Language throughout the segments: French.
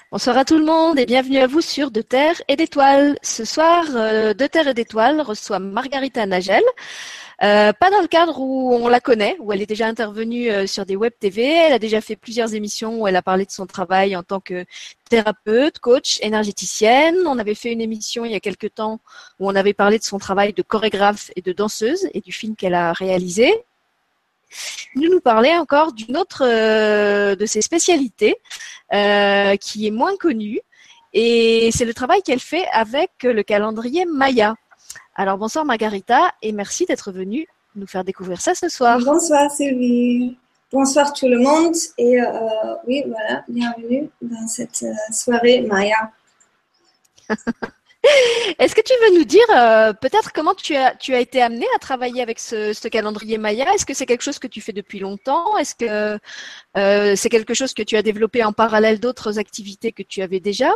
Bonsoir à tout le monde et bienvenue à vous sur De Terre et d'Étoiles. Ce soir, De Terre et d'Étoiles reçoit Margarita Nagel. Pas dans le cadre où on la connaît, où elle est déjà intervenue sur des web TV. Elle a déjà fait plusieurs émissions où elle a parlé de son travail en tant que thérapeute, coach, énergéticienne. On avait fait une émission il y a quelque temps où on avait parlé de son travail de chorégraphe et de danseuse et du film qu'elle a réalisé. Nous parlait encore d'une autre de ses spécialités qui est moins connue et c'est le travail qu'elle fait avec le calendrier Maya. Alors bonsoir Margarita et merci d'être venue nous faire découvrir ça ce soir. Bonsoir Sylvie, bonsoir tout le monde et oui voilà, bienvenue dans cette soirée Maya. Est-ce que tu veux nous dire peut-être comment tu as été amenée à travailler avec ce calendrier Maya? Est-ce que c'est quelque chose que tu fais depuis longtemps? Est-ce que c'est quelque chose que tu as développé en parallèle d'autres activités que tu avais déjà?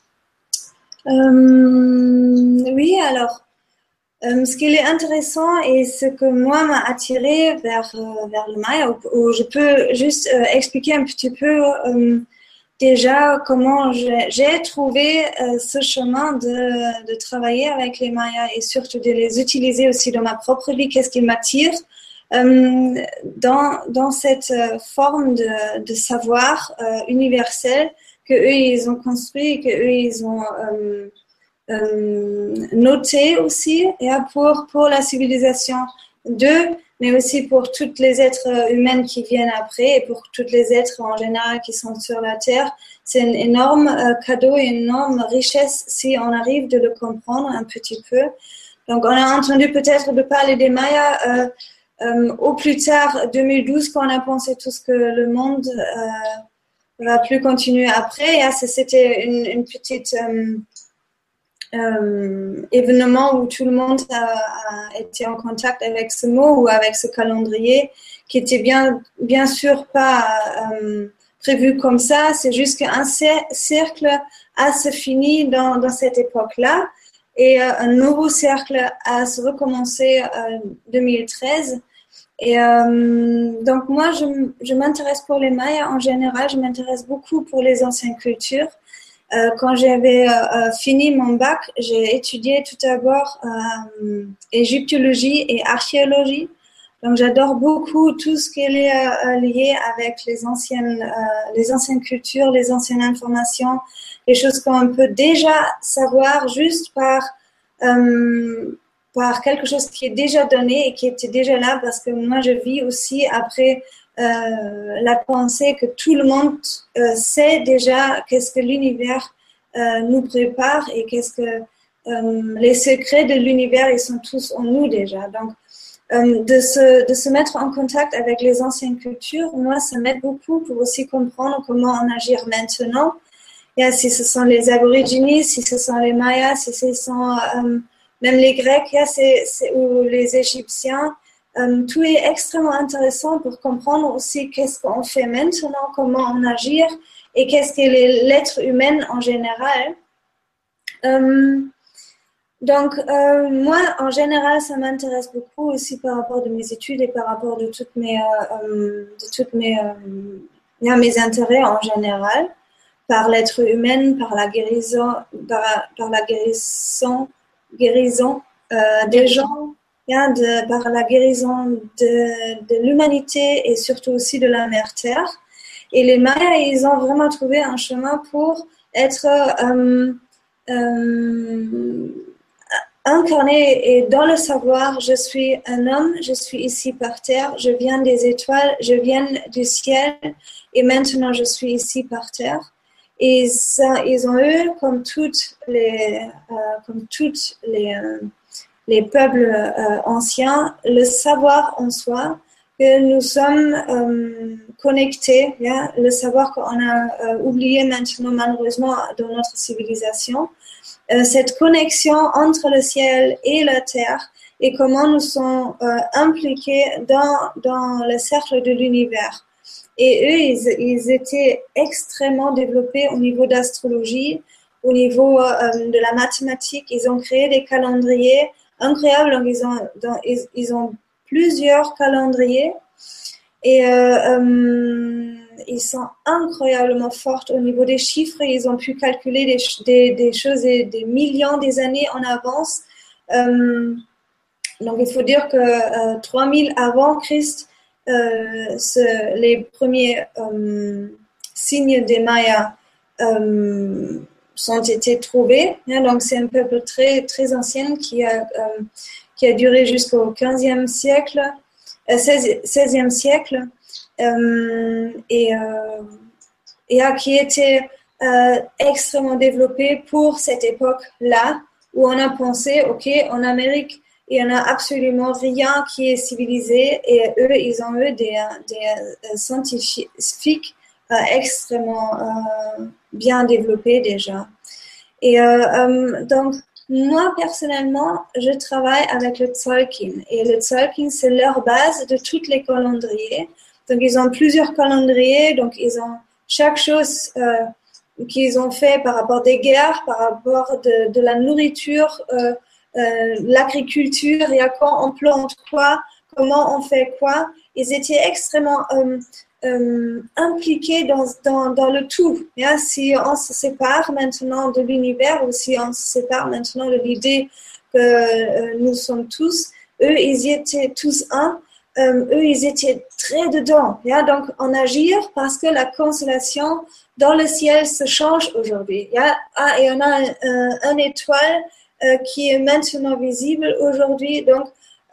Oui, alors ce qui est intéressant et ce que moi m'a attiré vers le Maya, où je peux juste expliquer un petit peu déjà comment j'ai trouvé ce chemin de travailler avec les Mayas et surtout de les utiliser aussi dans ma propre vie. Qu'est-ce qui m'attire dans cette forme de savoir universel que eux ils ont construit, que eux ils ont noté aussi, pour la civilisation d'eux, mais aussi pour toutes les êtres humains qui viennent après et pour tous les êtres en général qui sont sur la Terre. C'est un énorme cadeau et une énorme richesse si on arrive de le comprendre un petit peu. Donc, on a entendu peut-être de parler des Mayas au plus tard 2012 quand on a pensé tout ce que le monde va plus continuer après. Et c'était une petite événement où tout le monde a été en contact avec ce mot ou avec ce calendrier qui était bien sûr pas prévu comme ça. C'est juste qu'un cercle a se fini dans cette époque-là et un nouveau cercle a se recommencé en 2013. Et donc moi, je m'intéresse pour les Mayas en général. Je m'intéresse beaucoup pour les anciennes cultures. Quand j'avais fini mon bac, j'ai étudié tout d'abord égyptologie et archéologie. Donc, j'adore beaucoup tout ce qui est lié avec les anciennes cultures, les anciennes informations, les choses qu'on peut déjà savoir juste par quelque chose qui est déjà donné et qui était déjà là, parce que moi, je vis aussi après la pensée que tout le monde sait déjà qu'est-ce que l'univers nous prépare et qu'est-ce que les secrets de l'univers, ils sont tous en nous déjà. Donc, de se mettre en contact avec les anciennes cultures, moi, ça m'aide beaucoup pour aussi comprendre comment on agit maintenant. Et si ce sont les Aborigines, si ce sont les Mayas, si ce sont même les Grecs ou les Égyptiens, tout est extrêmement intéressant pour comprendre aussi qu'est-ce qu'on fait maintenant, comment on agit et qu'est-ce qu'est l'être humain en général. Donc, moi, en général, ça m'intéresse beaucoup aussi par rapport de mes études et par rapport de toutes mes intérêts en général, par l'être humain, par la guérison, par la guérison des gens. Par la guérison de l'humanité et surtout aussi de la mère Terre. Et les Mayas, ils ont vraiment trouvé un chemin pour être incarnés et dans le savoir, je suis un homme, je suis ici par terre, je viens des étoiles, je viens du ciel et maintenant je suis ici par terre. Et ça, ils ont eu, comme toutes les peuples anciens, le savoir en soi, que nous sommes connectés, le savoir qu'on a oublié maintenant malheureusement dans notre civilisation, cette connexion entre le ciel et la terre et comment nous sommes impliqués dans le cercle de l'univers. Et eux, ils étaient extrêmement développés au niveau d'astrologie, au niveau de la mathématique. Ils ont créé des calendriers incroyable. Donc, ils ont plusieurs calendriers et ils sont incroyablement forts au niveau des chiffres. Ils ont pu calculer des choses des millions des années en avance. Donc, il faut dire que 3000 avant Christ, les premiers signes des Mayas sont été trouvés. Donc, c'est un peuple très, très ancien qui a duré jusqu'au 15e siècle, 16e siècle, et qui était extrêmement développé pour cette époque-là, où on a pensé, OK, en Amérique, il n'y en a absolument rien qui est civilisé, et eux, ils ont eu des scientifiques extrêmement bien développés déjà. Et donc, moi, personnellement, je travaille avec le Tzolk'in. Et le Tzolk'in, c'est leur base de tous les calendriers. Donc, ils ont plusieurs calendriers. Donc, ils ont chaque chose qu'ils ont fait par rapport des guerres, par rapport de la nourriture, l'agriculture, et à quoi on plante quoi, comment on fait quoi. Ils étaient extrêmement impliqués dans le tout. Yeah? Si on se sépare maintenant de l'univers, ou si on se sépare maintenant de l'idée que nous sommes tous, eux, ils étaient tous un. Eux, ils étaient très dedans. Yeah? Donc, on agir parce que la constellation dans le ciel se change aujourd'hui. Yeah? Et on a une étoile qui est maintenant visible aujourd'hui. Donc,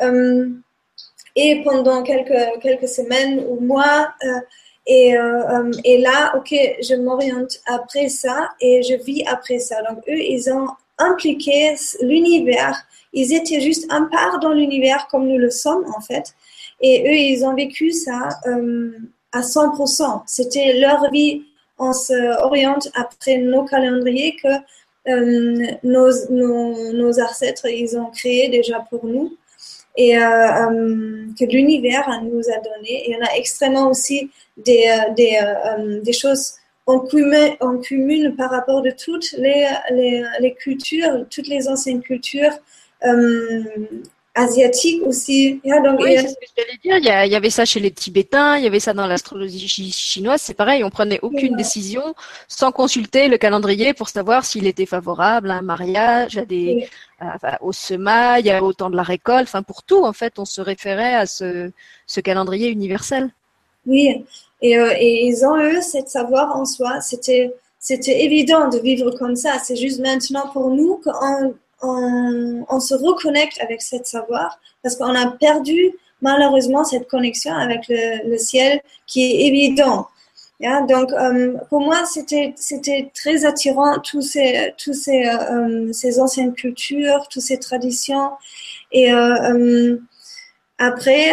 et pendant quelques semaines ou mois, et là, OK, je m'oriente après ça et je vis après ça. Donc, eux, ils ont impliqué l'univers. Ils étaient juste un part dans l'univers comme nous le sommes, en fait. Et eux, ils ont vécu ça à 100%. C'était leur vie. On se oriente après nos calendriers que nos ancêtres, ils ont créé déjà pour nous. Et que l'univers nous a donné. Et il y en a extrêmement aussi des choses en commun par rapport de toutes les cultures, toutes les anciennes cultures asiatiques aussi. Donc, oui, c'est ce que j'allais dire. Il y avait ça chez les Tibétains, il y avait ça dans l'astrologie chinoise. C'est pareil, on prenait aucune décision sans consulter le calendrier pour savoir s'il était favorable à un mariage, au semailles, au temps de la récolte. Enfin, pour tout, en fait, on se référait à ce calendrier universel. Oui, et ils ont eu cette savoir en soi. C'était évident de vivre comme ça. C'est juste maintenant pour nous qu'on se reconnecte avec cette savoir, parce qu'on a perdu malheureusement cette connexion avec le ciel qui est évident. Yeah? Donc pour moi c'était très attirant tous ces anciennes cultures, toutes ces traditions, et après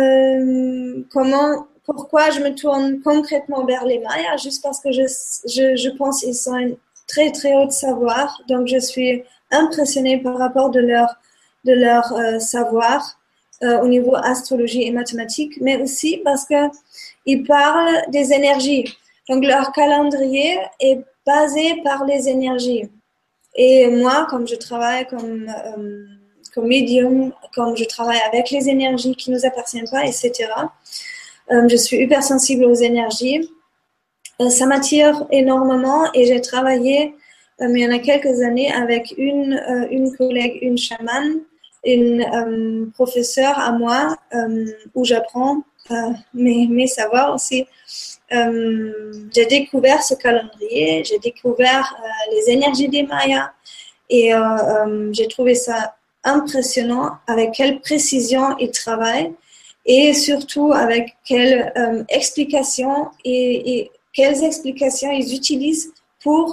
pourquoi je me tourne concrètement vers les Mayas? Juste parce que je pense qu'ils sont un très très haut savoir, donc je suis impressionnée par rapport de leur savoir au niveau astrologie et mathématiques, mais aussi parce que ils parlent des énergies. Donc leur calendrier est basé par les énergies. Et moi, comme je travaille comme médium, comme je travaille avec les énergies qui nous appartiennent pas, etc. Je suis hyper sensible aux énergies. Ça m'attire énormément, et j'ai travaillé il y en a quelques années avec une collègue, une chamane, une professeure à moi, où j'apprends mes savoirs aussi. J'ai découvert ce calendrier, j'ai découvert les énergies des Mayas, et j'ai trouvé ça impressionnant avec quelle précision ils travaillent, et surtout avec quelles explications et quelles explications ils utilisent pour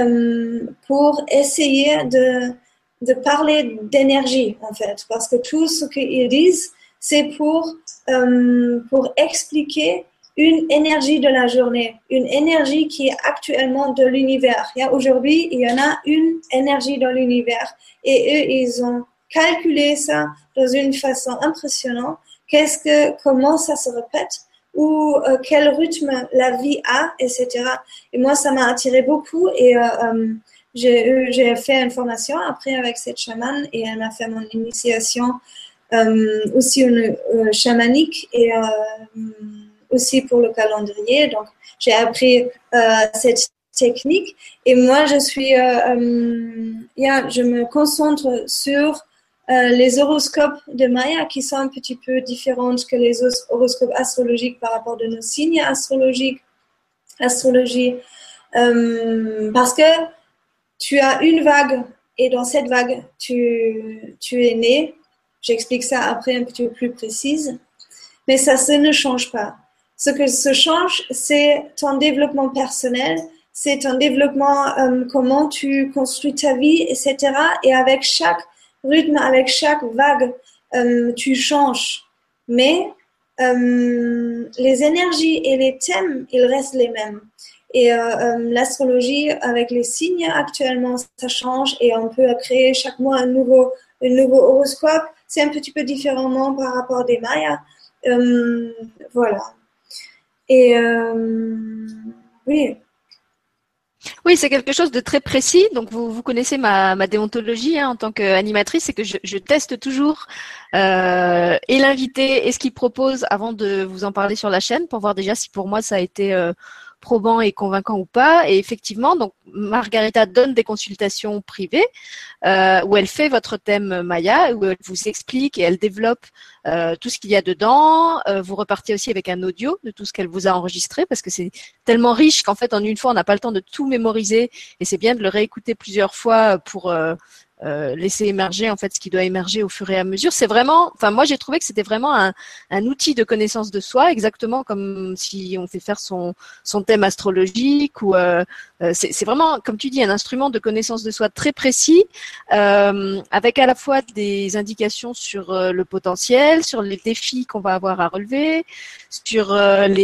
essayer de parler d'énergie, en fait, parce que tout ce qu'ils disent, c'est pour expliquer une énergie de la journée, une énergie qui est actuellement de l'univers. Aujourd'hui, il y en a une énergie dans l'univers, et eux, ils ont calculé ça dans une façon impressionnante. Comment ça se répète, ou quel rythme la vie a, etc. Et moi, ça m'a attiré beaucoup, et j'ai fait une formation après avec cette chamane, et elle m'a fait mon initiation aussi chamanique, et aussi pour le calendrier. Donc, j'ai appris cette technique et moi, je me concentre sur les horoscopes de Maya qui sont un petit peu différentes que les horoscopes astrologiques par rapport de nos signes astrologie, parce que tu as une vague et dans cette vague, tu es né. J'explique ça après un petit peu plus précise. Mais ça ne change pas. Ce que se change, c'est ton développement personnel, c'est ton développement, comment tu construis ta vie, etc. Et avec chaque rythme, avec chaque vague, tu changes. Mais les énergies et les thèmes, ils restent les mêmes. Et l'astrologie, avec les signes actuellement, ça change et on peut créer chaque mois un nouveau horoscope. C'est un petit peu différemment par rapport des Mayas. Voilà. Et oui. Oui, c'est quelque chose de très précis. Donc, vous connaissez ma déontologie en tant qu'animatrice, c'est que je teste toujours et l'invité et ce qu'il propose avant de vous en parler sur la chaîne pour voir déjà si pour moi ça a été probant et convaincant ou pas. Et effectivement, donc Margarita donne des consultations privées où elle fait votre thème Maya, où elle vous explique et elle développe tout ce qu'il y a dedans. Vous repartez aussi avec un audio de tout ce qu'elle vous a enregistré parce que c'est tellement riche qu'en fait en une fois on n'a pas le temps de tout mémoriser et c'est bien de le réécouter plusieurs fois pour laisser émerger en fait ce qui doit émerger au fur et à mesure. C'est vraiment, enfin moi j'ai trouvé que c'était vraiment un outil de connaissance de soi, exactement comme si on fait faire son thème astrologique ou c'est vraiment, comme tu dis, un instrument de connaissance de soi très précis, avec à la fois des indications sur le potentiel, sur les défis qu'on va avoir à relever, sur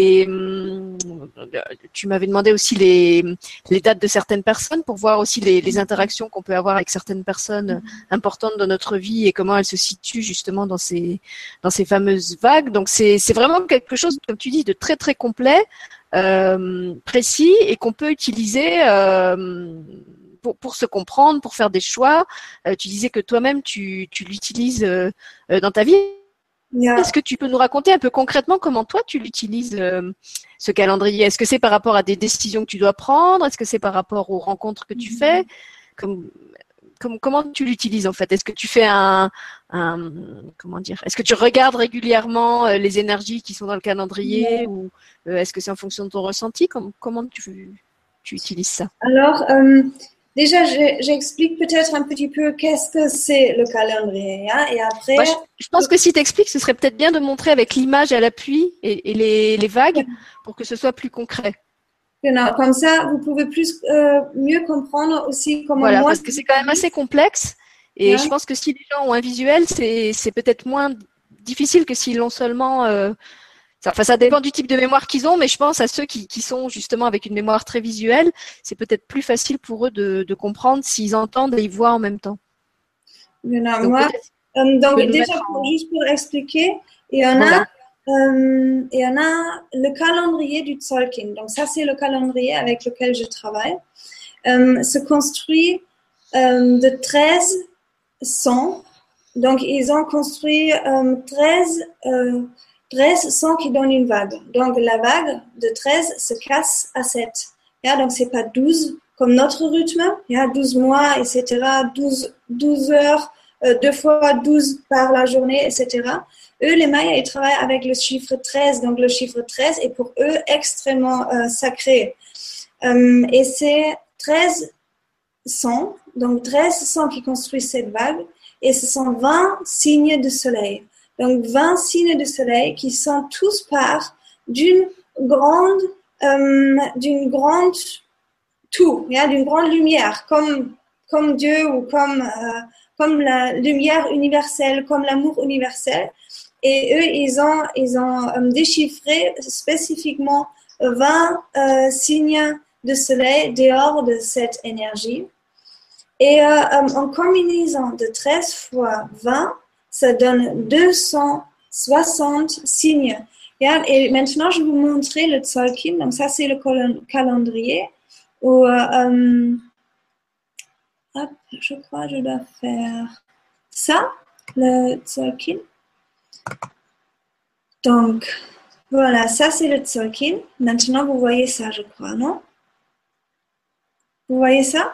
tu m'avais demandé aussi les dates de certaines personnes pour voir aussi les interactions qu'on peut avoir avec certaines personnes importantes dans notre vie et comment elles se situent justement dans ces fameuses vagues. Donc c'est vraiment quelque chose, comme tu dis, de très très complet, précis et qu'on peut utiliser pour se comprendre, pour faire des choix. Tu disais que toi-même tu l'utilises dans ta vie. Yeah. Est-ce que tu peux nous raconter un peu concrètement comment toi tu l'utilises ce calendrier? Est-ce que c'est par rapport à des décisions que tu dois prendre? Est-ce que c'est par rapport aux rencontres que tu fais? Comment tu l'utilises en fait? Est-ce que tu fais comment dire? Est-ce que tu regardes régulièrement les énergies qui sont dans le calendrier ou est-ce que c'est en fonction de ton ressenti? Comment tu utilises ça? Alors, déjà, j'explique peut-être un petit peu qu'est-ce que c'est le calendrier. Hein, et après, Moi, je pense que si tu expliques, ce serait peut-être bien de montrer avec l'image à l'appui et les vagues pour que ce soit plus concret. Genau, comme ça, vous pouvez mieux comprendre aussi comment Voilà, moi. parce que c'est quand même assez complexe. Et Yeah. je pense que si les gens ont un visuel, c'est peut-être moins difficile que s'ils l'ont seulement. Ça dépend du type de mémoire qu'ils ont, mais je pense à ceux qui sont justement avec une mémoire très visuelle, c'est peut-être plus facile pour eux de comprendre s'ils entendent et ils voient en même temps. Genau, Donc moi, peut-être tu donc peux nous déjà, mettre en. juste pour expliquer, il y en a, Voilà. il y en a le calendrier du Tzolk'in. Donc ça, c'est le calendrier avec lequel je travaille. Se construit de 13 sons. Donc, ils ont construit 13 sons qui donnent une vague. Donc, la vague de 13 se casse à 7. Yeah, donc, c'est pas 12 comme notre rythme. Yeah, 12 mois, etc. 12 heures, 2 fois 12 par la journée, etc. Eux, les Mayas, ils travaillent avec le chiffre 13. Donc, le chiffre 13 est pour eux extrêmement sacré. Et c'est 13 sons, donc 13 sons qui construisent cette vague. Et ce sont 20 signes de soleil. Donc 20 signes de soleil qui sont tous parts d'une grande tout, yeah, d'une grande lumière, comme Dieu ou comme la lumière universelle, comme l'amour universel. Et eux, ils ont déchiffré spécifiquement 20 signes de soleil dehors de cette énergie. Et en combinaison de 13 fois 20, ça donne 260 signes. Yeah, et maintenant, je vais vous montrer le Tzolk'in. Donc, ça, c'est le calendrier. Où, hop, je crois que je dois faire ça, le Tzolk'in. Donc, Voilà, ça c'est le Tzolk'in. Maintenant, vous voyez ça, je crois, non? Vous voyez ça?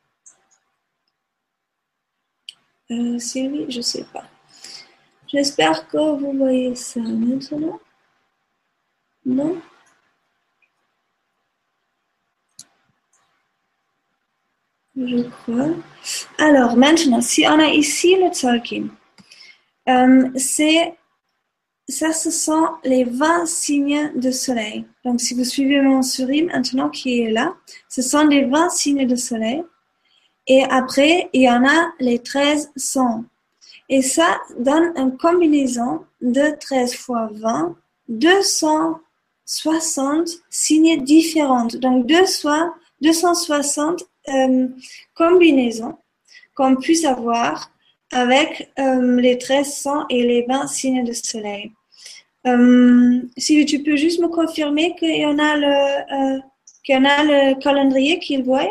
Sylvie, je ne sais pas. J'espère que vous voyez ça maintenant. Non? Je crois. Alors, maintenant, si on a ici le Tzolk'in, ça, ce sont les 20 signes de soleil. Donc, si vous suivez mon souris maintenant qui est là, ce sont les 20 signes de soleil. Et après, il y en a les 13 sons. Et ça donne une combinaison de 13 fois 20, 260 signes différents. Donc, 260 combinaisons qu'on puisse avoir avec les 13 sons et les 20 signes de soleil. Si tu peux juste me confirmer qu'il y en a le calendrier qu'il voit?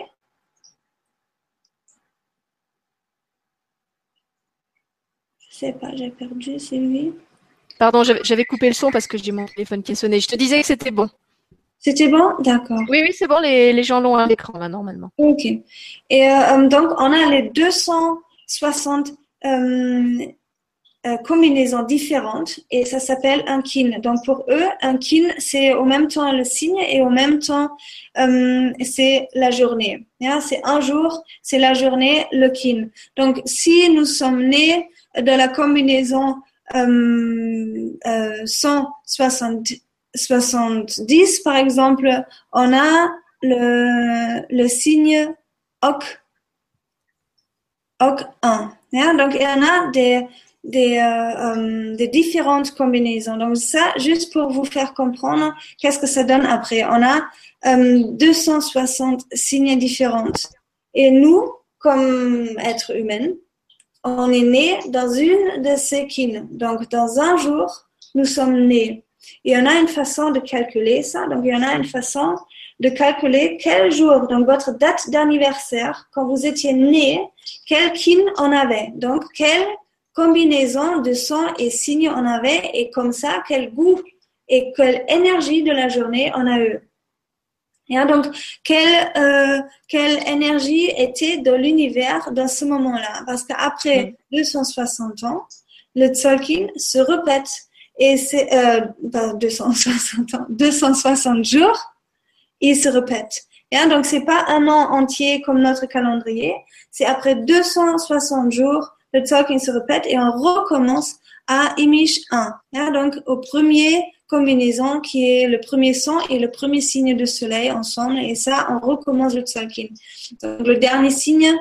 Je sais pas, j'ai perdu, c'est lui. Pardon, j'avais coupé le son parce que j'ai mon téléphone qui sonnait. Je te disais que c'était bon. C'était bon? D'accord. Oui, c'est bon, les gens l'ont à l'écran là, normalement. Ok. Et donc, on a les 260 combinaisons différentes et ça s'appelle un kin. Donc, pour eux, un kin, c'est au même temps le signe et au même temps, c'est la journée. C'est un jour, c'est la journée, le kin. Donc, si nous sommes nés de la combinaison 170, par exemple, on a le signe OK 1. Donc, il y en a des différentes combinaisons. Donc, ça, juste pour vous faire comprendre qu'est-ce que ça donne après. On a 260 signes différents. Et nous, comme êtres humains, on est né dans une de ces kines. Donc, dans un jour, nous sommes nés. Il y en a une façon de calculer ça. Donc, il y en a une façon de calculer quel jour, donc votre date d'anniversaire, quand vous étiez né, quel kin on avait. Donc, quelle combinaison de sons et signes on avait. Et comme ça, quel goût et quelle énergie de la journée on a eu. Et donc, quelle énergie était dans l'univers dans ce moment-là? Parce qu'après 260 ans, le Tzolk'in se répète et c'est 260 ans, 260 jours, il se répète. Et donc, c'est pas un an entier comme notre calendrier, c'est après 260 jours, le Tzolk'in se répète et on recommence à Imish 1. Et donc, au premier combinaison qui est le premier son et le premier signe de soleil ensemble et ça on recommence le Tzolk'in. Donc le dernier signe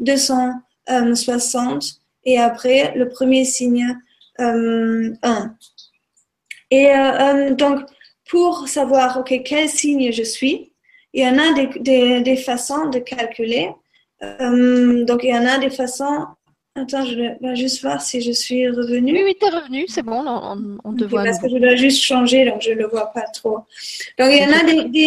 260 et après le premier signe 1. Et donc pour savoir quel signe je suis, il y en a des façons de calculer. Donc il y en a des façons. Attends, je vais juste voir si je suis revenue. Oui, tu es revenue, c'est bon, on te voit. Parce que je dois juste changer, donc je ne le vois pas trop. Donc, il y en a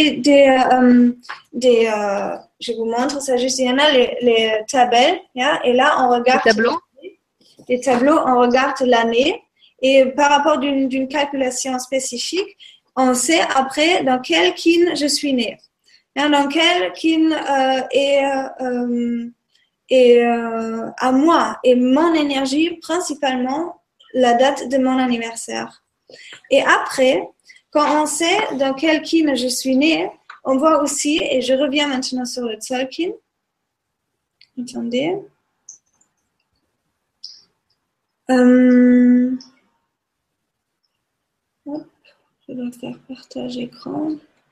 je vous montre ça juste, il y en a les tabelles, et là, on regarde les tableaux, on regarde l'année, et par rapport d'une calculation spécifique, on sait après dans quel kin je suis née. Dans quel kin et à moi et mon énergie, principalement la date de mon anniversaire. Et après, quand on sait dans quel kin je suis née, on voit aussi, et je reviens maintenant sur le Tzolk'in. Attendez. Hop, je dois faire partage écran.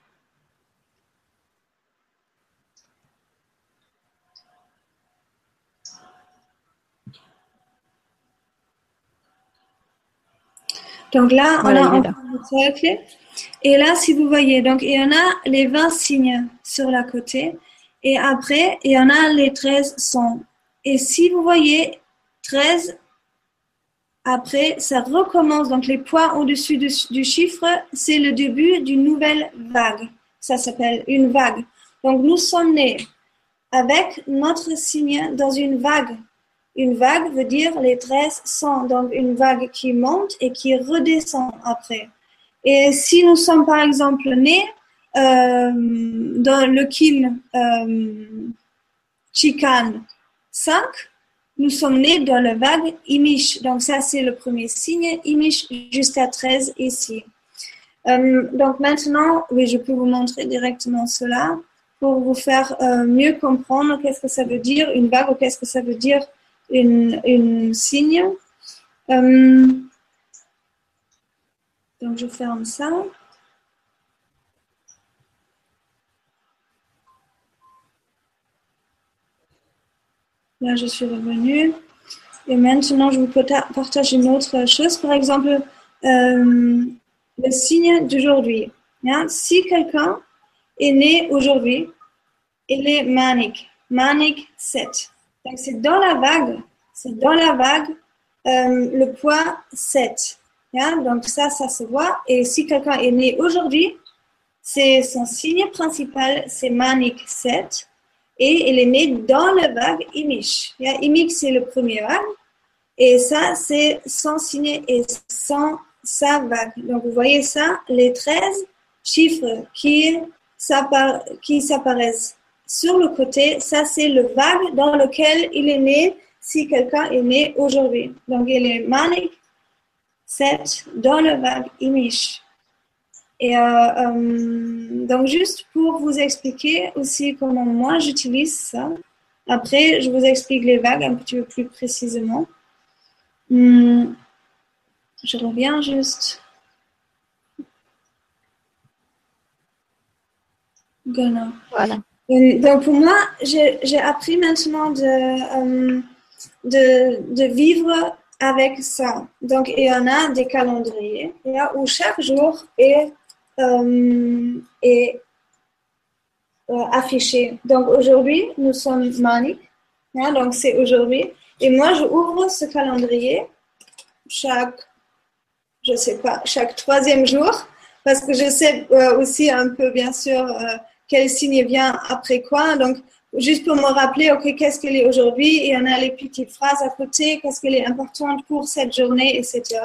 Donc là, on a encore le cercle. Et là, si vous voyez, donc il y en a les 20 signes sur la côté. Et après, il y en a les 13 sons. Et si vous voyez 13, après, ça recommence. Donc les points au-dessus du chiffre, c'est le début d'une nouvelle vague. Ça s'appelle une vague. Donc nous sommes nés avec notre signe dans une vague. Une vague veut dire les 13 sons, donc une vague qui monte et qui redescend après. Et si nous sommes par exemple nés dans le kin Chikan 5, nous sommes nés dans le vague Imish. Donc ça, c'est le premier signe, Imish jusqu'à 13 ici. Donc maintenant, oui, je peux vous montrer directement cela pour vous faire mieux comprendre qu'est-ce que ça veut dire une vague ou qu'est-ce que ça veut dire une signe. Donc je ferme ça. Là, je suis revenue. Et maintenant, je vous partage une autre chose. Par exemple, le signe d'aujourd'hui. Hein? Si quelqu'un est né aujourd'hui, il est manique. Manique 7. Donc, c'est dans la vague. Le poids 7. Hein? Donc, ça se voit. Et si quelqu'un est né aujourd'hui, c'est son signe principal, c'est manique 7. Et il est né dans le vague Imish. Imish, c'est le premier vague. Et ça, c'est son signe et sans sa vague. Donc, vous voyez ça, les 13 chiffres qui s'apparaissent sur le côté, ça, c'est le vague dans lequel il est né si quelqu'un est né aujourd'hui. Donc, il est manique 7 dans le vague Imish. Et donc, juste pour vous expliquer aussi comment moi j'utilise ça. Après, je vous explique les vagues un petit peu plus précisément. Je reviens juste. Voilà. Donc, pour moi, j'ai appris maintenant de vivre avec ça. Donc, il y en a des calendriers où chaque jour est affiché. Donc, aujourd'hui, nous sommes maniques. Donc, c'est aujourd'hui. Et moi, je ouvre ce calendrier chaque troisième jour, parce que je sais aussi un peu, bien sûr, quel signe vient après quoi. Donc, juste pour me rappeler, OK, qu'est-ce qu'il est aujourd'hui? Et on a les petites phrases à côté, qu'est-ce qu'elle est importante pour cette journée, etc.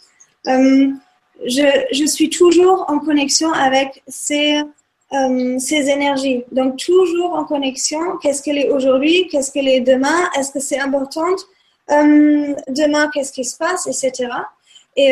Je suis toujours en connexion avec ces énergies. Donc, toujours en connexion. Qu'est-ce qu'elle est aujourd'hui? Qu'est-ce qu'elle est demain? Est-ce que c'est important? Demain, qu'est-ce qui se passe? Etc. Et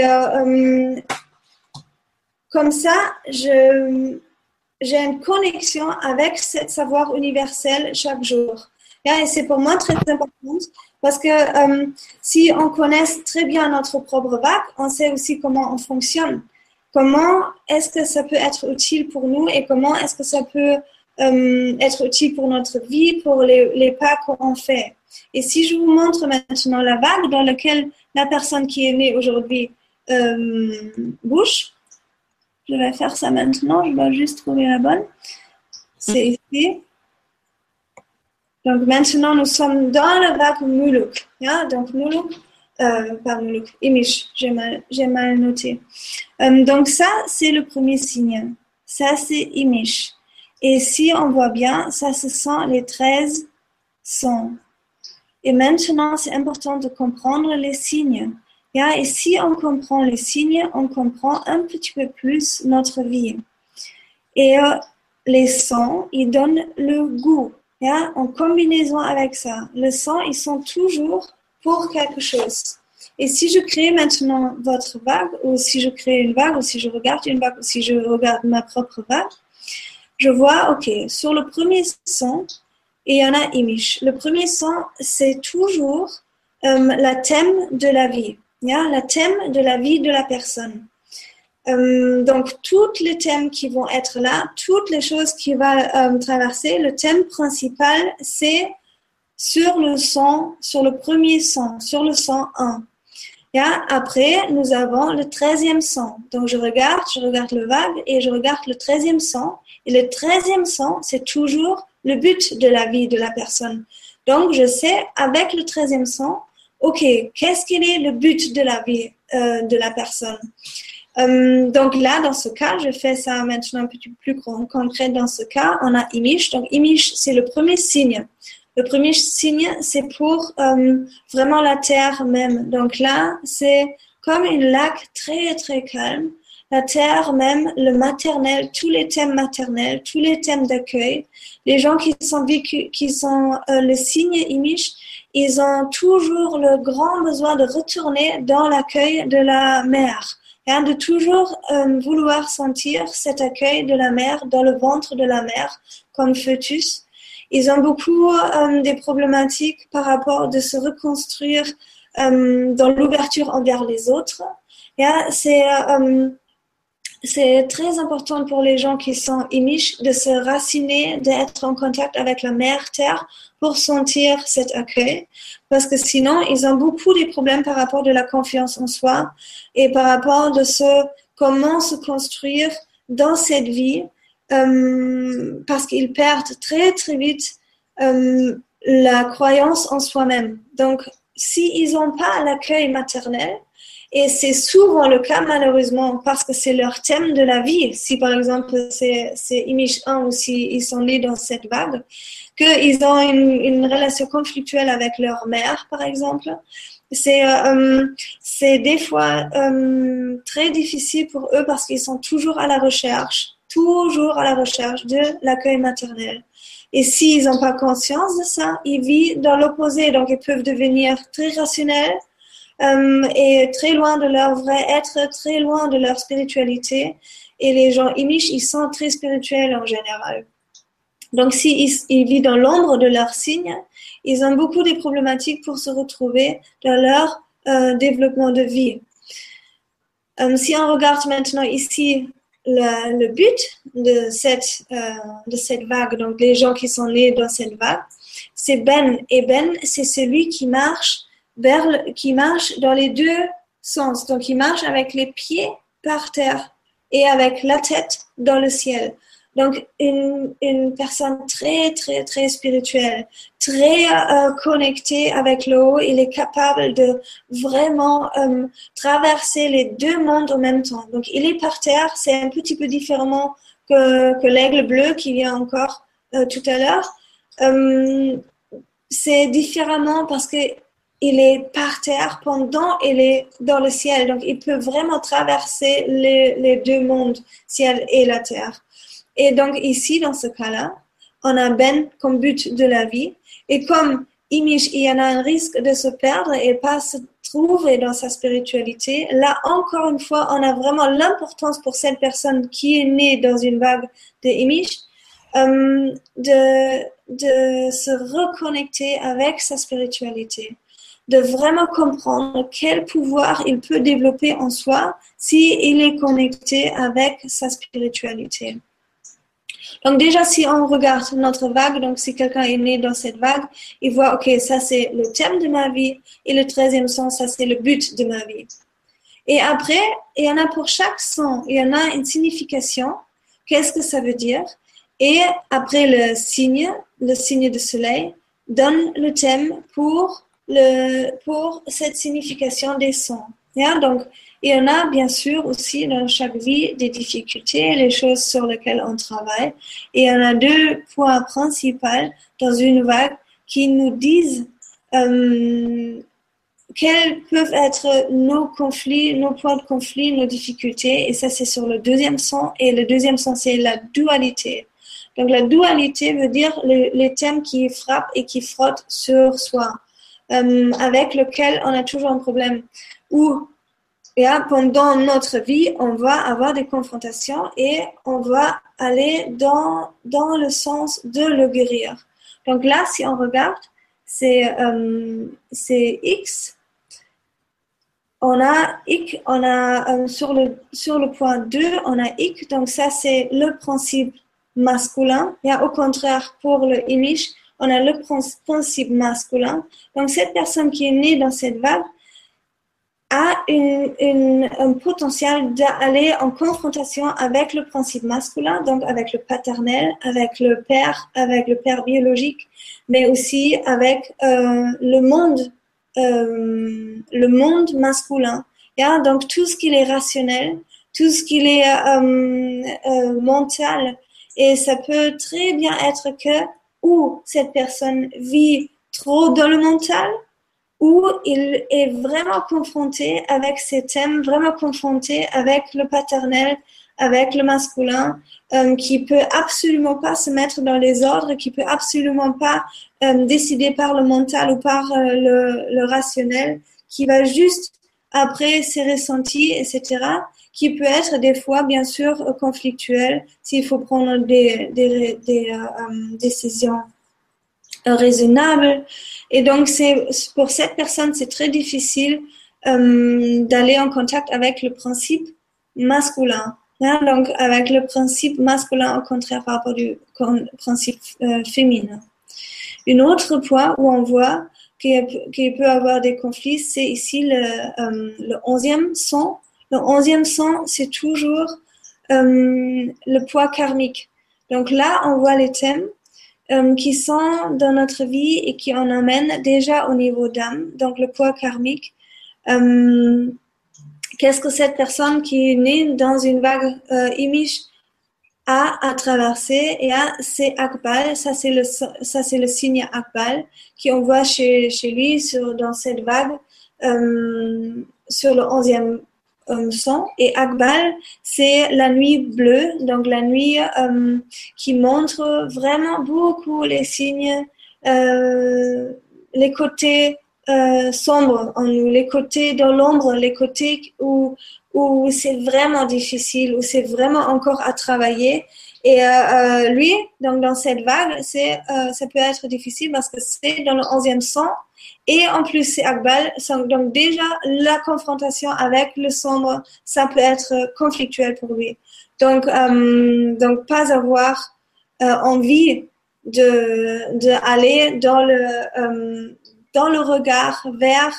comme ça, j'ai une connexion avec ce savoir universel chaque jour. Et c'est pour moi très important parce que si on connaît très bien notre propre vague, on sait aussi comment on fonctionne. Comment est-ce que ça peut être utile pour nous et comment est-ce que ça peut être utile pour notre vie, pour les pas qu'on fait. Et si je vous montre maintenant la vague dans laquelle la personne qui est née aujourd'hui bouge, je vais faire ça maintenant, je dois juste trouver la bonne. C'est ici. Donc maintenant, nous sommes dans la vague Muluk. Donc Muluk, pas Muluk, Imish, j'ai mal noté. Donc ça, c'est le premier signe. Ça, c'est Imish. Et si on voit bien, ça, ce sont les 13 sons. Et maintenant, c'est important de comprendre les signes. Et si on comprend les signes, on comprend un petit peu plus notre vie. Et les sons, ils donnent le goût. En combinaison avec ça. Les sons, ils sont toujours pour quelque chose. Et si je crée maintenant votre vague, ou si je crée une vague, ou si je regarde une vague, ou si je regarde ma propre vague, je vois, OK, sur le premier son, il y en a Imish. Le premier son, c'est toujours le thème de la vie. Le thème de la vie de la personne. Donc, tous les thèmes qui vont être là, toutes les choses qui vont traverser, le thème principal, c'est sur le son, sur le premier son, sur le son 1. Après, nous avons le 13e son. Donc, je regarde le vague et je regarde le 13e son. Et le 13e son, c'est toujours le but de la vie de la personne. Donc, je sais, avec le 13e son, OK, qu'est-ce qu'il est le but de la vie de la personne? Donc là, dans ce cas, je fais ça maintenant un petit peu plus concret. Dans ce cas, on a Imish. Donc, Imish, c'est le premier signe. Le premier signe, c'est pour vraiment la terre même. Donc là, c'est comme une lac très, très calme. la terre même, le maternel, tous les thèmes maternels, tous les thèmes d'accueil. Les gens qui sont le signe Imish, ils ont toujours le grand besoin de retourner dans l'accueil de la mère. De toujours vouloir sentir cet accueil de la mère dans le ventre de la mère comme fœtus. Ils ont beaucoup des problématiques par rapport de se reconstruire dans l'ouverture envers les autres. C'est très important pour les gens qui sont Imish de se raciner, d'être en contact avec la mère terre pour sentir cet accueil. Parce que sinon, ils ont beaucoup de problèmes par rapport de la confiance en soi et par rapport de comment se construire dans cette vie, parce qu'ils perdent très, très vite la croyance en soi-même. Donc, s'ils n'ont pas l'accueil maternel, et c'est souvent le cas, malheureusement, parce que c'est leur thème de la vie. Si, par exemple, c'est Imish 1 ou s'ils sont nés dans cette vague, qu'ils ont une relation conflictuelle avec leur mère, par exemple. C'est des fois très difficile pour eux parce qu'ils sont toujours à la recherche de l'accueil maternel. Et s'ils n'ont pas conscience de ça, ils vivent dans l'opposé. Donc, ils peuvent devenir très rationnels, et très loin de leur vrai être, très loin de leur spiritualité. Et les gens Imish, ils sont très spirituels en général. Donc, s'ils vivent dans l'ombre de leur signe, ils ont beaucoup de problématiques pour se retrouver dans leur développement de vie. Si on regarde maintenant ici le but de cette vague, donc les gens qui sont nés dans cette vague, c'est Ben. Et Ben, c'est celui qui marche dans les deux sens. Donc, il marche avec les pieds par terre et avec la tête dans le ciel. Donc, une personne très, très, très spirituelle, très connectée avec le haut. Il est capable de vraiment traverser les deux mondes en même temps. Donc, il est par terre. C'est un petit peu différemment que l'aigle bleu qui vient encore tout à l'heure. C'est différemment parce que il est par terre pendant il est dans le ciel. Donc, il peut vraiment traverser les deux mondes, ciel et la terre. Et donc, ici, dans ce cas-là, on a Ben comme but de la vie. Et comme Imish, il y en a un risque de se perdre et pas se trouver dans sa spiritualité. Là, encore une fois, on a vraiment l'importance pour cette personne qui est née dans une vague de Imish, de se reconnecter avec sa spiritualité, de vraiment comprendre quel pouvoir il peut développer en soi s'il est connecté avec sa spiritualité. Donc déjà, si on regarde notre vague, donc si quelqu'un est né dans cette vague, il voit, ok, ça c'est le thème de ma vie, et le 13e sens, ça c'est le but de ma vie. Et après, il y en a pour chaque son, il y en a une signification, qu'est-ce que ça veut dire? Et après le signe de soleil, donne le thème pour cette signification des sons. Donc, il y en a bien sûr aussi dans chaque vie des difficultés, les choses sur lesquelles on travaille. Et il y en a deux points principaux dans une vague qui nous disent quels peuvent être nos conflits, nos points de conflit, nos difficultés. Et ça, c'est sur le 2e son. Et le 2e son, c'est la dualité. Donc, la dualité veut dire les thèmes qui frappent et qui frottent sur soi. Avec lequel on a toujours un problème. Où pendant notre vie, on va avoir des confrontations et on va aller dans le sens de le guérir. Donc là, si on regarde, c'est X. On a Ik, on a sur le point 2, on a Ik. Donc ça, c'est le principe masculin. Au contraire, pour le Imish, on a le principe masculin. Donc, cette personne qui est née dans cette vague a un potentiel d'aller en confrontation avec le principe masculin, donc avec le paternel, avec le père biologique, mais aussi avec le monde masculin. Donc, tout ce qui est rationnel, tout ce qui est mental, et ça peut très bien être que ou cette personne vit trop dans le mental, où il est vraiment confronté avec ces thèmes, vraiment confronté avec le paternel, avec le masculin, qui peut absolument pas se mettre dans les ordres, qui peut absolument pas décider par le mental ou par le rationnel, qui va juste après ses ressentis, etc., qui peut être des fois, bien sûr, conflictuel s'il faut prendre des décisions raisonnables. Et donc, pour cette personne, c'est très difficile d'aller en contact avec le principe masculin. Hein, donc, avec le principe masculin, au contraire, par rapport du principe féminin. Une autre point où on voit qu'il peut avoir des conflits, c'est ici le 11e son. Le 11e son, c'est toujours le poids karmique. Donc là, on voit les thèmes qui sont dans notre vie et qui en amènent déjà au niveau d'âme. Donc le poids karmique. Qu'est-ce que cette personne qui est née dans une vague Imish a à traverser, et c'est Akbal, ça c'est le signe Akbal qui on voit chez lui dans cette vague sur le 11e son. Et Akbal, c'est la nuit bleue, donc la nuit qui montre vraiment beaucoup les signes, les côtés sombres en nous, les côtés dans l'ombre, les côtés où c'est vraiment difficile, où c'est vraiment encore à travailler. Et lui, donc dans cette vague, ça peut être difficile parce que c'est dans le 11e son. Et en plus, c'est Akbal. Donc déjà, la confrontation avec le sombre, ça peut être conflictuel pour lui. Donc pas avoir envie de aller dans le regard vers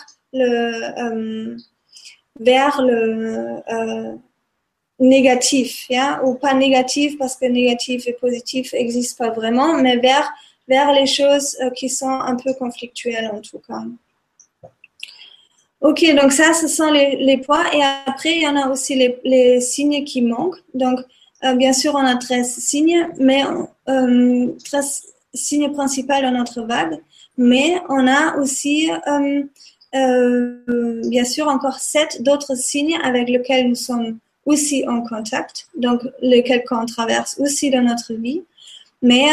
le négatif, yeah? Ou pas négatif parce que négatif et positif n'existent pas vraiment, mais vers les choses qui sont un peu conflictuelles en tout cas. Ok, donc ça, ce sont les points. Et après, il y en a aussi les signes qui manquent. Donc, bien sûr, on a 13 signes, mais 13 signes principaux dans notre vague. Mais on a aussi bien sûr encore 7 d'autres signes avec lesquels nous sommes aussi en contact, donc lesquels qu'on traverse aussi dans notre vie, mais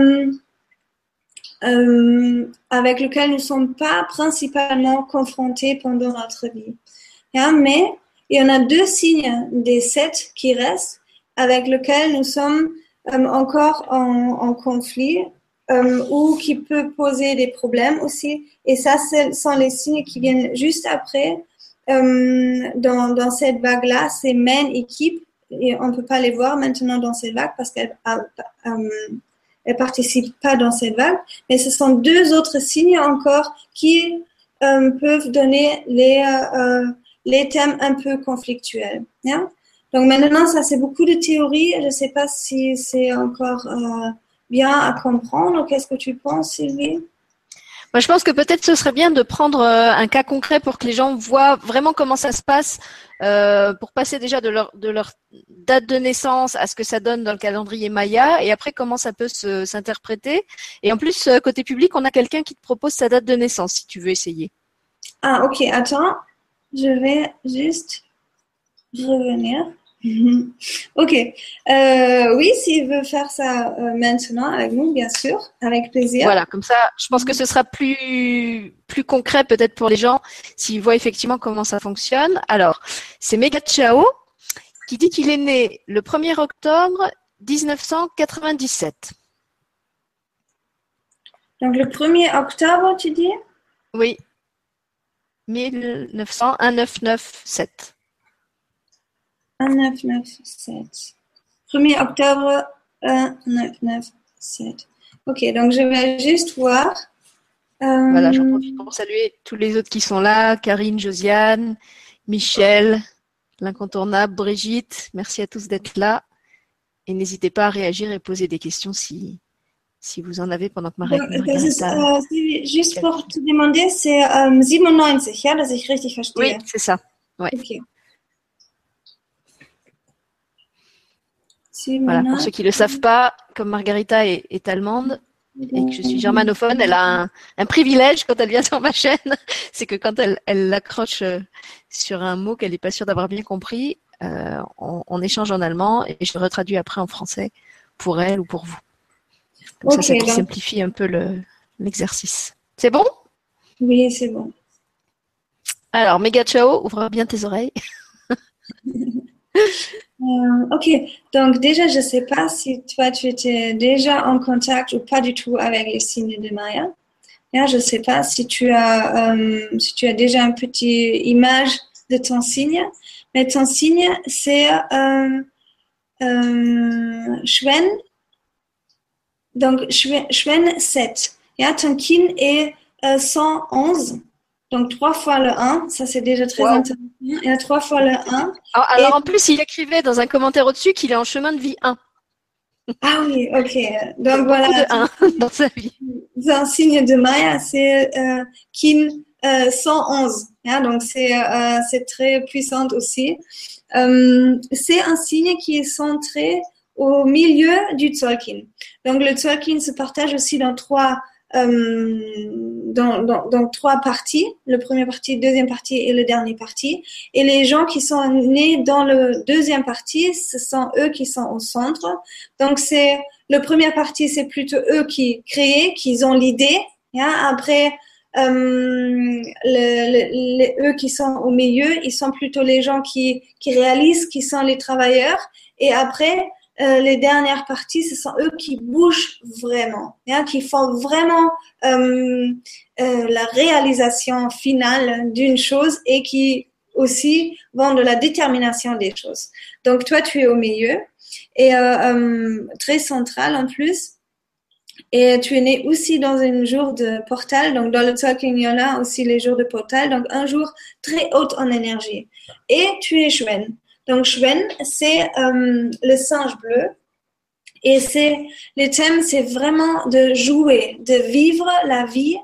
avec lesquels nous ne sommes pas principalement confrontés pendant notre vie. Yeah, mais il y en a 2 signes des 7 qui restent, avec lesquels nous sommes encore en conflit, ou qui peut poser des problèmes aussi. Et ça, ce sont les signes qui viennent juste après. Dans cette vague-là, c'est men et keep. Et on ne peut pas les voir maintenant dans cette vague parce qu'elles ne participent pas dans cette vague. Mais ce sont 2 autres signes encore qui peuvent donner les thèmes un peu conflictuels. Yeah? Donc maintenant, ça c'est beaucoup de théorie. Je ne sais pas si c'est encore bien à comprendre. Qu'est-ce que tu penses, Sylvie? Moi, je pense que peut-être ce serait bien de prendre un cas concret pour que les gens voient vraiment comment ça se passe, pour passer déjà de leur date de naissance à ce que ça donne dans le calendrier Maya, et après comment ça peut s'interpréter. Et en plus, côté public, on a quelqu'un qui te propose sa date de naissance, si tu veux essayer. Ah, ok, attends. Je vais juste revenir. Ok. Oui, s'il veut faire ça maintenant avec nous, bien sûr, avec plaisir. Voilà, comme ça, je pense que ce sera plus concret peut-être pour les gens s'ils voient effectivement comment ça fonctionne. Alors, c'est Mega Chao qui dit qu'il est né le 1er octobre 1997. Donc, le 1er octobre, tu dis? Oui, 1997. 1997. 1er octobre 1997. Ok, donc je vais juste voir. Voilà, j'en profite pour saluer tous les autres qui sont là, Karine, Josiane, Michel, l'incontournable, Brigitte. Merci à tous d'être là. Et n'hésitez pas à réagir et poser des questions si vous en avez pendant que Margarita... Juste pour te demander, c'est 97, ja, dass ich richtig verstehe. Oui, c'est ça. Ouais. Ok. Voilà, pour ceux qui ne le savent pas, comme Margarita est allemande, et que je suis germanophone, elle a un privilège quand elle vient sur ma chaîne, c'est que quand elle l'accroche sur un mot qu'elle n'est pas sûre d'avoir bien compris, on échange en allemand et je retraduis après en français pour elle ou pour vous. Comme ça simplifie un peu l'exercice. C'est bon? Oui, c'est bon. Alors, méga ciao, ouvre bien tes oreilles. Ok, donc déjà, je ne sais pas si toi, tu étais déjà en contact ou pas du tout avec les signes de Maya. Je ne sais pas si tu as déjà une petite image de ton signe, mais ton signe, c'est Schwen, donc Schwen 7. Ton kin est 111. Donc, 3 fois le 1, ça c'est déjà très intéressant. Et 3 fois le 1. Alors en plus, il écrivait dans un commentaire au-dessus qu'il est en chemin de vie 1. Ah oui, ok. Donc voilà. Beaucoup de 1 dans sa vie. C'est un signe de Maya, c'est Kin 111. Donc c'est très puissant aussi. C'est un signe qui est centré au milieu du Tzolk'in. Donc le Tzolk'in se partage aussi dans trois parties, le premier partie, deuxième partie et le dernier partie. Et les gens qui sont nés dans le deuxième partie, ce sont eux qui sont au centre. Donc le première partie, c'est plutôt eux qui créent, qui ont l'idée. Après, eux qui sont au milieu, ils sont plutôt les gens qui réalisent, qui sont les travailleurs. Et après, les dernières parties, ce sont eux qui bougent vraiment, qui font vraiment la réalisation finale d'une chose et qui aussi vont de la détermination des choses. Donc toi, tu es au milieu et très central en plus. Et tu es né aussi dans un jour de portal. Donc, dans le Tzolk'in, il y en a aussi les jours de portal. Donc, un jour très haut en énergie. Et tu es Schwen. Donc, Schwen, c'est le singe bleu. Et le thème, c'est vraiment de jouer, de vivre la vie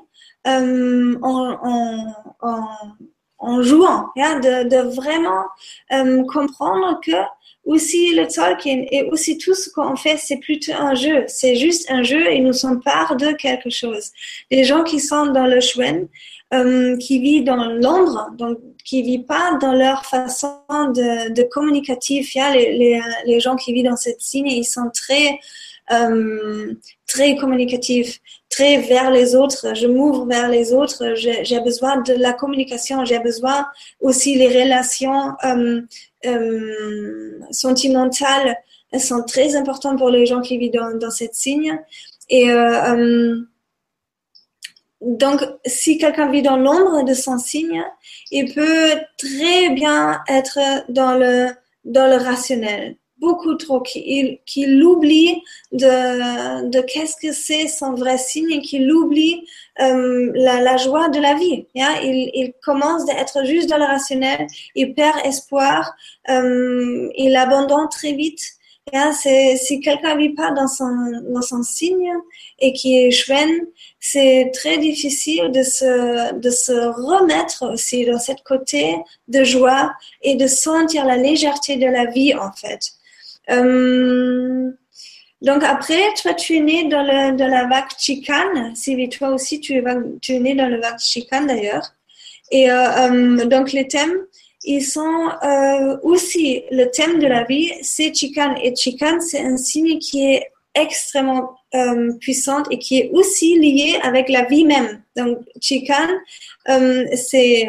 en jouant. De vraiment comprendre que aussi le Tzolk'in et aussi tout ce qu'on fait, c'est plutôt un jeu. C'est juste un jeu et nous sommes part de quelque chose. Les gens qui sont dans le Schwen, qui vivent dans l'ombre, donc qui vivent pas dans leur façon de communicatif. Les gens qui vivent dans cette signe, ils sont très communicatifs, très vers les autres. Je m'ouvre vers les autres. J'ai besoin de la communication. J'ai besoin aussi les relations sentimentales. Elles sont très importantes pour les gens qui vivent dans cette signe. Et donc, si quelqu'un vit dans l'ombre de son signe, il peut très bien être dans le rationnel. Beaucoup trop, qu'il oublie de qu'est-ce que c'est son vrai signe et qu'il oublie la joie de la vie. Il commence d'être juste dans le rationnel, il perd espoir, il abandonne très vite. Si quelqu'un vit pas dans son signe et qui est Schwen, c'est très difficile de se remettre aussi dans cette côté de joie et de sentir la légèreté de la vie en fait. Donc après, toi tu es né dans la vague Chikan, Sylvie, toi aussi tu es né dans la vague Chikan d'ailleurs. Et donc les thèmes, ils sont aussi le thème de la vie, c'est Chikan. Et Chikan, c'est un signe qui est extrêmement puissante et qui est aussi liée avec la vie même. Donc, Chikan, c'est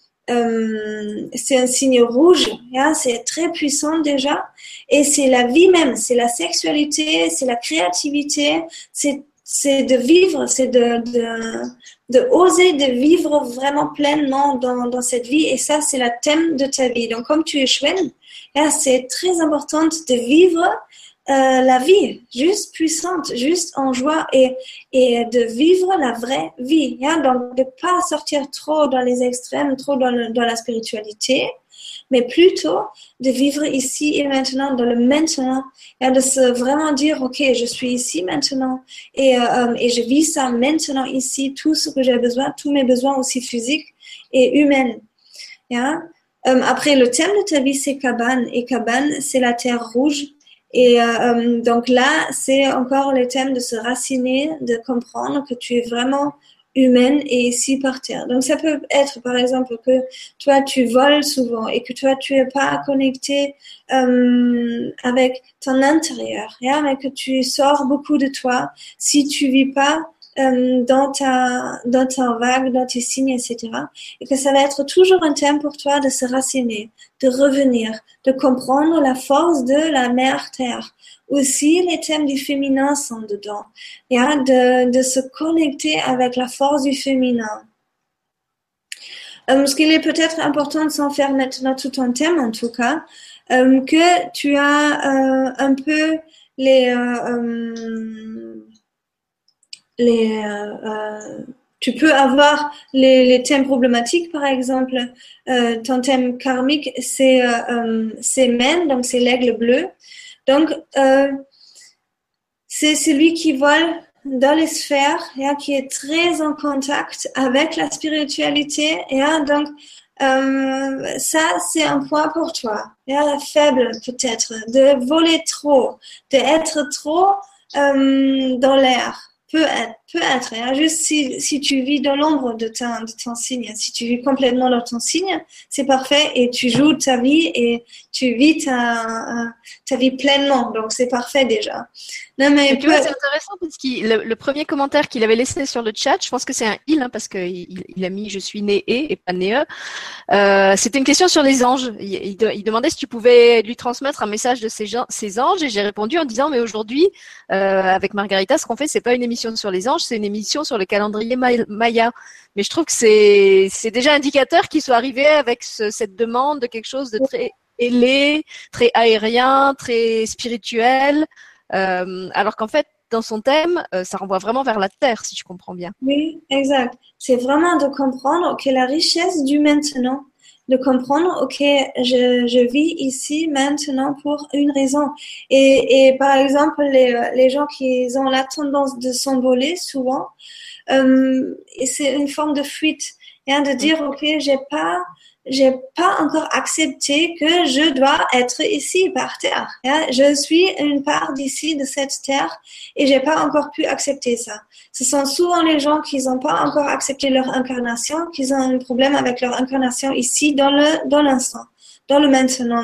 un signe rouge, c'est très puissant déjà, et c'est la vie même, c'est la sexualité, c'est la créativité, c'est de vivre, c'est de oser de vivre vraiment pleinement dans cette vie, et ça, c'est le thème de ta vie. Donc, comme tu es Schwen, c'est très important de vivre la vie, juste puissante, juste en joie et de vivre la vraie vie. Donc, de ne pas sortir trop dans les extrêmes, trop dans la spiritualité, mais plutôt de vivre ici et maintenant, dans le maintenant, de se vraiment dire, ok, je suis ici maintenant et je vis ça maintenant ici, tout ce que j'ai besoin, tous mes besoins aussi physiques et humains. Après, le thème de ta vie, c'est Kaban, et Kaban, c'est la terre rouge. Et donc là, c'est encore le thème de se raciner, de comprendre que tu es vraiment humaine et ici par terre. Donc ça peut être par exemple que toi tu voles souvent et que toi tu es pas connecté avec ton intérieur, mais que tu sors beaucoup de toi si tu vis pas dans ta vague, dans tes signes, etc. Et que ça va être toujours un thème pour toi de se raciner, de revenir, de comprendre la force de la mère terre. Aussi, les thèmes du féminin sont dedans. De se connecter avec la force du féminin. Ce qu'il est peut-être important de s'en faire maintenant tout un thème, en tout cas, que tu as un peu tu peux avoir les thèmes problématiques, par exemple, ton thème karmique, c'est Men, donc c'est l'aigle bleu. Donc, c'est celui qui vole dans les sphères, qui est très en contact avec la spiritualité. Donc, ça, c'est un point pour toi. Faible, peut-être, de voler trop, d'être trop dans l'air. Peut être. Juste si tu vis dans l'ombre de ton signe, si tu vis complètement dans ton signe, c'est parfait et tu joues ta vie et tu vis ta vie pleinement. Donc, c'est parfait déjà. Non, mais tu vois, c'est intéressant parce que le premier commentaire qu'il avait laissé sur le chat, je pense que c'est un il, parce qu'il a mis je suis né et pas né c'était une question sur les anges. Il demandait si tu pouvais lui transmettre un message de ces anges et j'ai répondu en disant mais aujourd'hui avec Margarita, ce qu'on fait, c'est pas une émission sur les anges, c'est une émission sur le calendrier Maya. Mais je trouve que c'est déjà indicateur qu'il soit arrivé avec cette demande de quelque chose de très ailé, très aérien, très spirituel. Alors qu'en fait, dans son thème, ça renvoie vraiment vers la terre, si je comprends bien. Oui, exact. C'est vraiment de comprendre que la richesse du maintenant, de comprendre, ok, je vis ici maintenant pour une raison. Et par exemple, les gens qui ont la tendance de s'envoler souvent, et c'est une forme de fuite, de dire, ok, j'ai pas encore accepté que je dois être ici par terre. Je suis une part d'ici, de cette terre, et j'ai pas encore pu accepter ça. Ce sont souvent les gens qui n'ont pas encore accepté leur incarnation, qui ont un problème avec leur incarnation ici, dans l'instant, dans le maintenant.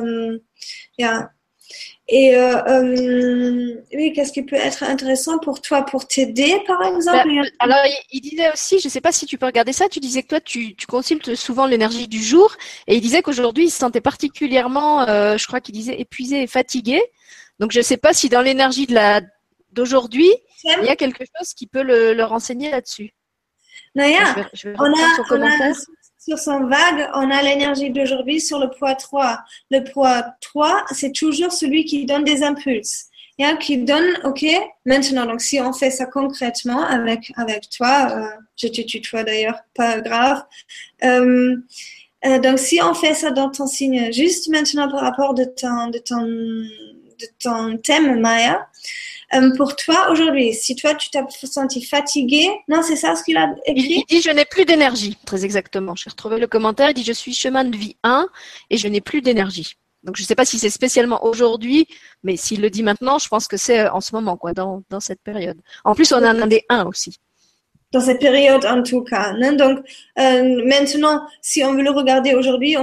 Et oui, qu'est-ce qui peut être intéressant pour toi, pour t'aider, par exemple? Alors, il disait aussi, je ne sais pas si tu peux regarder ça, tu disais que toi, tu consultes souvent l'énergie du jour, et il disait qu'aujourd'hui, il se sentait particulièrement, je crois qu'il disait, épuisé et fatigué. Donc, je ne sais pas si dans l'énergie d'aujourd'hui, il y a quelque chose qui peut le renseigner là-dessus. Naya, je vais reprendre son commentaire. Sur son vague, on a l'énergie d'aujourd'hui sur le poids 3. Le poids 3, c'est toujours celui qui donne des impulses. Qui donne, ok, maintenant, donc si on fait ça concrètement avec toi, je te tutoie d'ailleurs, pas grave. Donc si on fait ça dans ton signe, juste maintenant par rapport de ton thème Maya, pour toi aujourd'hui, si toi tu t'es senti fatigué, non, c'est ça ce qu'il a écrit? Il dit je n'ai plus d'énergie, très exactement. J'ai retrouvé le commentaire, il dit je suis chemin de vie 1 et je n'ai plus d'énergie. Donc je ne sais pas si c'est spécialement aujourd'hui, mais s'il le dit maintenant, je pense que c'est en ce moment, quoi, dans cette période. En plus, on a un des 1 aussi. Dans cette période en tout cas. Donc maintenant, si on veut le regarder aujourd'hui,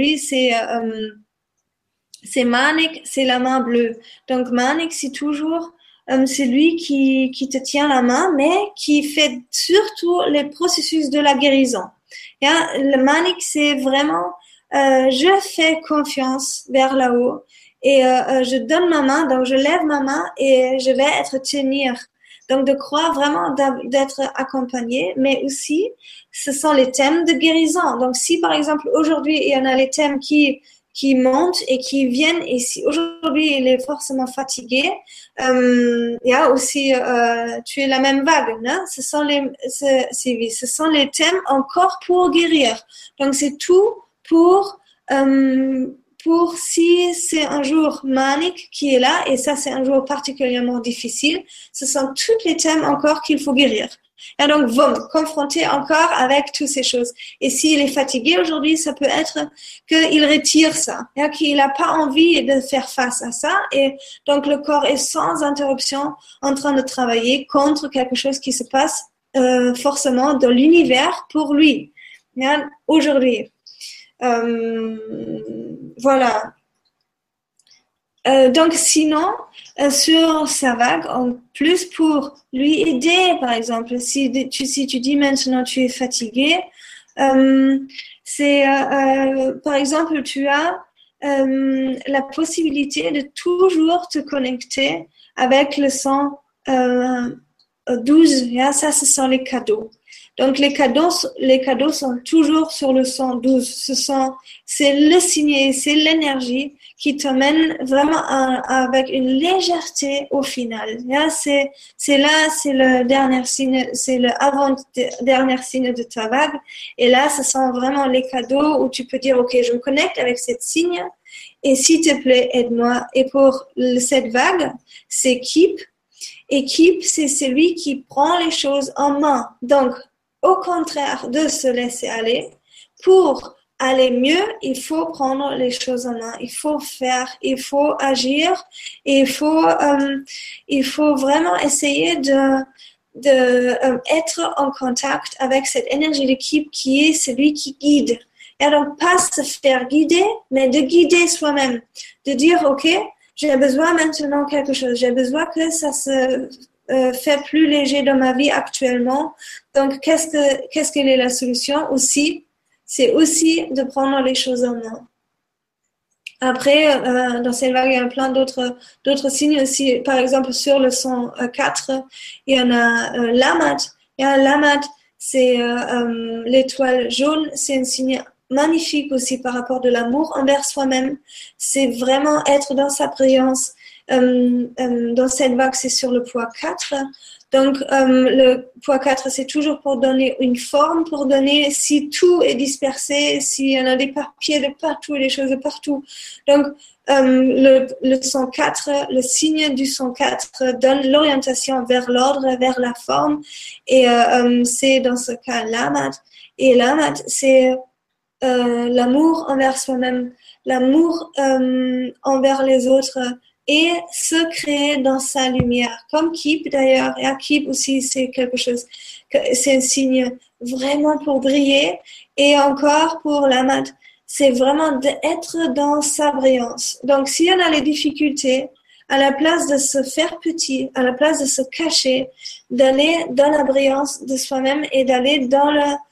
c'est Manik, c'est la main bleue. Donc Manik, c'est toujours c'est lui qui te tient la main, mais qui fait surtout les processus de la guérison. Le Manik, c'est vraiment je fais confiance vers là-haut et je donne ma main, donc je lève ma main et je vais être tenir. Donc de croire vraiment d'être accompagné, mais aussi ce sont les thèmes de guérison. Donc si par exemple aujourd'hui il y en a les thèmes qui montent et qui viennent ici. Aujourd'hui, il est forcément fatigué. Il y a aussi, tu es la même vague, non? Ce sont les thèmes encore pour guérir. Donc, c'est tout pour si c'est un jour manique qui est là, et ça, c'est un jour particulièrement difficile, ce sont tous les thèmes encore qu'il faut guérir. Et donc, confronté encore avec toutes ces choses. Et s'il est fatigué aujourd'hui, ça peut être qu'il retire ça, qu'il n'a pas envie de faire face à ça. Et donc, le corps est sans interruption en train de travailler contre quelque chose qui se passe forcément dans l'univers pour lui, aujourd'hui. Voilà. Donc, sinon, sur sa vague, en plus pour lui aider, par exemple, si tu dis maintenant tu es fatigué, par exemple, tu as la possibilité de toujours te connecter avec le son 12. Ça, ce sont les cadeaux. Donc, les cadeaux sont toujours sur le son 12. C'est le signe, c'est l'énergie qui t'emmène vraiment avec une légèreté au final. C'est le dernier signe, c'est le avant-dernier signe de ta vague. Et là, ce sont vraiment les cadeaux où tu peux dire, OK, je me connecte avec cette signe et s'il te plaît, aide-moi. Et pour cette vague, c'est Keep. Et Keep, c'est celui qui prend les choses en main. Donc, au contraire de se laisser aller, pour aller mieux, il faut prendre les choses en main. Il faut faire, il faut agir, et il faut vraiment essayer de être en contact avec cette énergie d'équipe qui est celui qui guide. Et donc, pas se faire guider, mais de guider soi-même. De dire, OK, j'ai besoin maintenant de quelque chose. J'ai besoin que ça se fait plus léger dans ma vie actuellement. Donc, qu'est-ce quelle est la solution aussi? C'est aussi de prendre les choses en main. Après, dans cette vague, il y a plein d'autres signes aussi. Par exemple, sur le son 4, il y en a l'Amat. L'Amat, c'est l'étoile jaune. C'est un signe magnifique aussi par rapport de l'amour envers soi-même. C'est vraiment être dans sa présence. Dans cette vague, c'est sur le poids 4. Donc, le poids 4, c'est toujours pour donner une forme, pour donner si tout est dispersé, s'il y en a des papiers de partout, des choses de partout. Donc, le son 4, le signe du son 4 donne l'orientation vers l'ordre, vers la forme. Et c'est dans ce cas l'Amat. Et l'Amat, c'est l'amour envers soi-même, l'amour envers les autres et se créer dans sa lumière. Comme Keep d'ailleurs, et Keep aussi c'est quelque chose, c'est un signe vraiment pour briller et encore pour l'Amat, c'est vraiment d'être dans sa brillance. Donc si on a les difficultés, à la place de se faire petit, à la place de se cacher, d'aller dans la brillance de soi-même et d'aller dans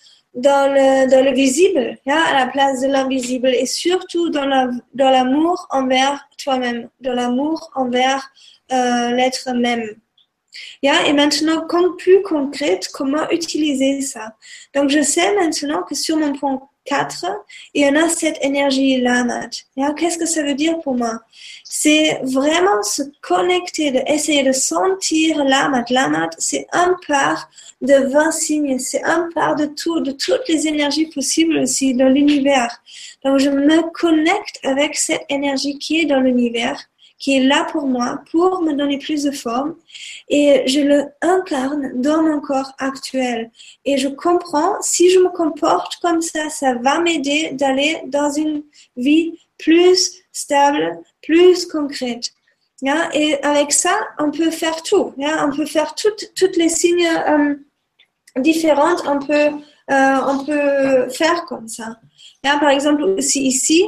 le visible, à la place de l'invisible et surtout dans l'amour envers toi-même, dans l'amour envers l'être même. Et maintenant, comme plus concrète, comment utiliser ça? Donc, je sais maintenant que sur mon point 4, il y en a cette énergie Lamat. Qu'est-ce que ça veut dire pour moi? C'est vraiment se connecter, essayer de sentir Lamat. Lamat, c'est un part de 20 signes, c'est un part de tout, de toutes les énergies possibles aussi dans l'univers. Donc, je me connecte avec cette énergie qui est dans l'univers, qui est là pour moi, pour me donner plus de forme, et je le incarne dans mon corps actuel. Et je comprends, si je me comporte comme ça va m'aider d'aller dans une vie plus stable, plus concrète. Et avec ça, on peut faire tout. On peut faire toutes les signes différentes, on peut faire comme ça. Par exemple, aussi ici,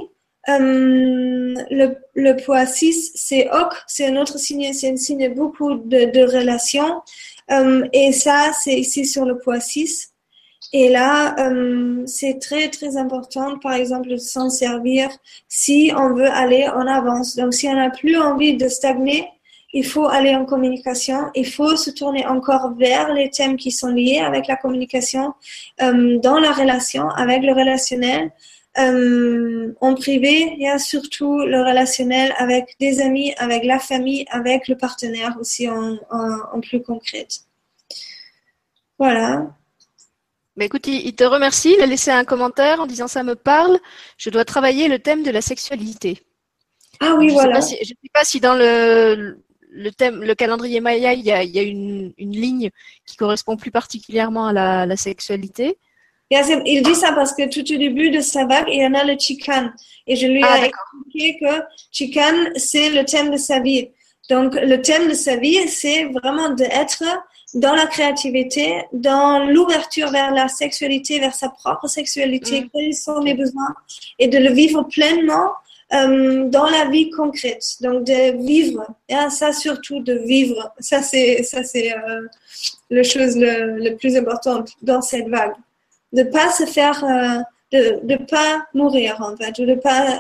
le poids 6, c'est Oc, c'est un autre signe, c'est un signe beaucoup de relations. Et ça, c'est ici sur le poids 6. Et là, c'est très, très important, par exemple, de s'en servir si on veut aller en avance. Donc, si on n'a plus envie de stagner, il faut aller en communication, il faut se tourner encore vers les thèmes qui sont liés avec la communication, dans la relation, avec le relationnel. En privé, il y a surtout le relationnel avec des amis, avec la famille, avec le partenaire aussi en plus concrète. Voilà. Mais écoute, il te remercie. Il a laissé un commentaire en disant « Ça me parle, je dois travailler le thème de la sexualité ». Ah oui, voilà. Je ne sais pas si dans le thème, le calendrier Maya, il y a une ligne qui correspond plus particulièrement à la sexualité. Il dit ça parce que tout au début de sa vague, il y en a le Chikan. Et je lui ai expliqué que Chikan, c'est le thème de sa vie. Donc, le thème de sa vie, c'est vraiment d'être dans la créativité, dans l'ouverture vers la sexualité, vers sa propre sexualité, quels sont les besoins, et de le vivre pleinement dans la vie concrète. Donc, de vivre. Et ça, surtout, de vivre. Ça, c'est la chose le plus importante dans cette vague. De pas se faire, de pas mourir en fait, de pas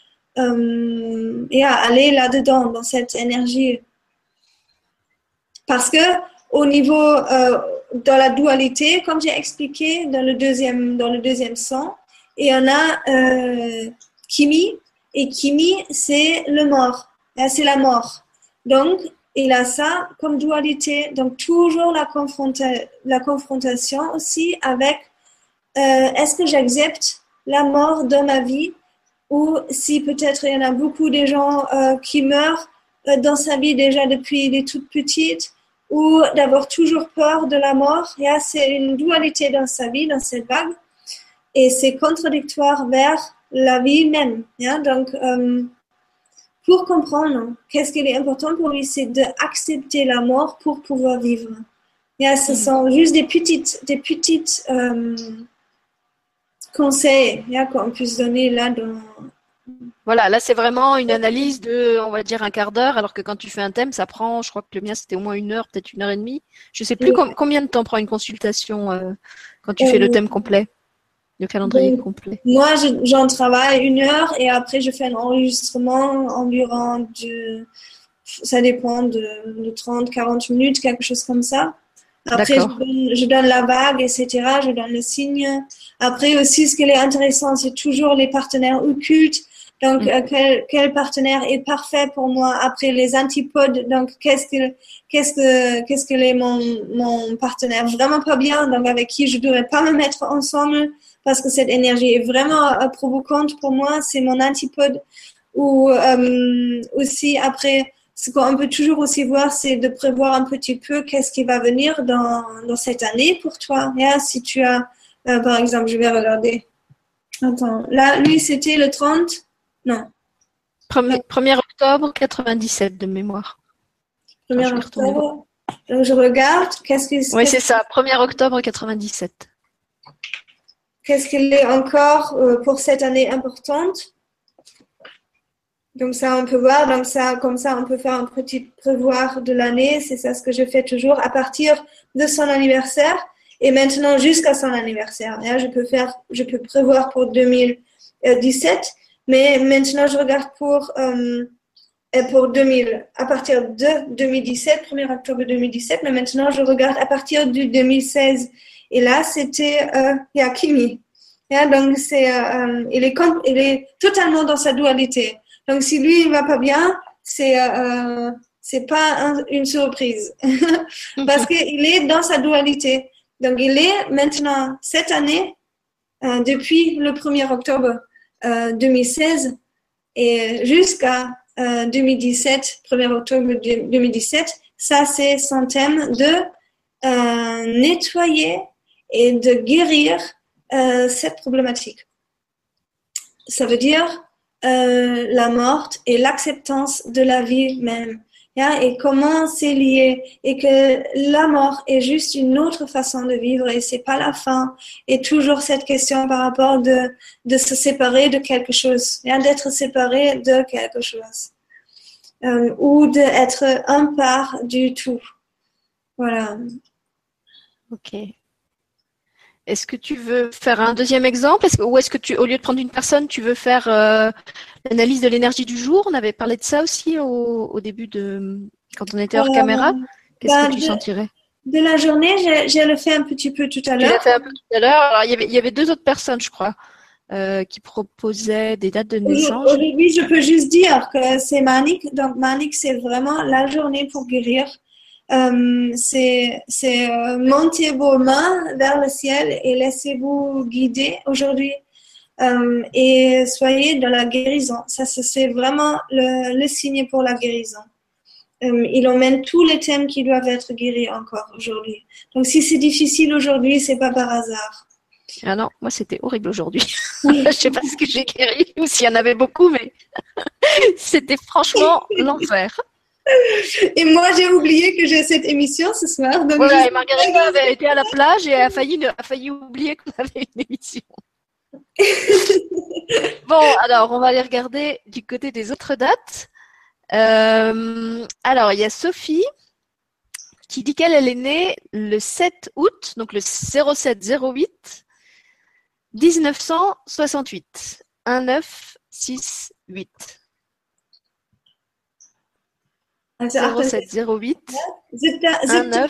aller là-dedans dans cette énergie. Parce que au niveau dans la dualité, comme j'ai expliqué dans le deuxième son, il y en a Kimi, et Kimi c'est le mort, c'est la mort. Donc il a ça comme dualité, donc toujours la confrontation aussi avec est-ce que j'accepte la mort dans ma vie, ou si peut-être il y en a beaucoup de gens qui meurent dans sa vie déjà depuis les toutes petites, ou d'avoir toujours peur de la mort. C'est une dualité dans sa vie, dans cette vague, et c'est contradictoire vers la vie même. Donc, pour comprendre qu'est-ce qui est important pour lui, c'est d'accepter la mort pour pouvoir vivre. Ce sont juste des petites conseils qu'on puisse donner là dans... Voilà, là c'est vraiment une analyse de, on va dire, un quart d'heure, alors que quand tu fais un thème, ça prend, je crois que le mien c'était au moins 1 heure, peut-être 1h30. Je sais plus combien de temps prend une consultation quand tu fais le thème complet, le calendrier complet. Moi, j'en travaille 1 heure et après je fais un enregistrement environ ça dépend de 30-40 minutes, quelque chose comme ça. Après, je donne la vague, etc. Je donne le signe. Après aussi, ce qui est intéressant, c'est toujours les partenaires occultes. Donc, quel partenaire est parfait pour moi? Après, les antipodes. Donc, qu'est-ce que est mon partenaire vraiment pas bien? Donc, avec qui je devrais pas me mettre ensemble parce que cette énergie est vraiment provocante pour moi. C'est mon antipode. Ou aussi après. Ce qu'on peut toujours aussi voir, c'est de prévoir un petit peu qu'est-ce qui va venir dans cette année pour toi. Si tu as, par exemple, je vais regarder. Attends, là, lui, c'était le 30 Non. 1er octobre 97 de mémoire. 1er octobre. Donc, je regarde. Oui, c'est ça. 1er octobre 97. Qu'est-ce qu'il est encore pour cette année importante? Donc ça, on peut voir, donc ça, comme ça, on peut faire un petit prévoir de l'année. C'est ça ce que je fais toujours à partir de son anniversaire et maintenant jusqu'à son anniversaire. Je peux prévoir pour 2017, mais maintenant je regarde pour 2000, à partir de 2017, 1er octobre 2017, mais maintenant je regarde à partir du 2016. Et là, c'était Kimi. Donc il est totalement dans sa dualité. Donc, si lui, il va pas bien, c'est pas une surprise. Parce qu'il est dans sa dualité. Donc, il est maintenant, cette année, depuis le 1er octobre 2016 et jusqu'à 2017, 1er octobre 2017, ça, c'est son thème de nettoyer et de guérir cette problématique. Ça veut dire la mort et l'acceptance de la vie même. Et comment c'est lié et que la mort est juste une autre façon de vivre et c'est pas la fin. Et toujours cette question par rapport de se séparer de quelque chose, d'être séparé de quelque chose ou d'être un part du tout. Voilà. Ok. Est-ce que tu veux faire un deuxième exemple ou est-ce que au lieu de prendre une personne, tu veux faire l'analyse de l'énergie du jour? On avait parlé de ça aussi au début quand on était hors caméra. Qu'est-ce que tu sentirais? De la journée, j'ai le fait un petit peu tout à l'heure. Tu l'as fait un peu tout à l'heure. Alors, il y avait 2 autres personnes, je crois, qui proposaient des dates de naissance. Aujourd'hui, je peux juste dire que c'est Manik. Donc, Manik, c'est vraiment la journée pour guérir. C'est montez vos mains vers le ciel et laissez-vous guider aujourd'hui et soyez dans la guérison. Ça, c'est vraiment le signe pour la guérison. il emmène tous les thèmes qui doivent être guéris encore aujourd'hui. Donc, si c'est difficile aujourd'hui, c'est pas par hasard. Ah non, moi c'était horrible aujourd'hui. Je sais pas ce que j'ai guéri ou s'il y en avait beaucoup, mais c'était franchement l'enfer. Et moi, j'ai oublié que j'ai cette émission ce soir. Donc voilà, et Margarita avait été à la plage et a failli oublier qu'on avait une émission. Bon, alors on va aller regarder du côté des autres dates. Alors, il y a Sophie qui dit qu'elle est née le 7 août, donc le 0708 1968. 1968. Also 0708 1968.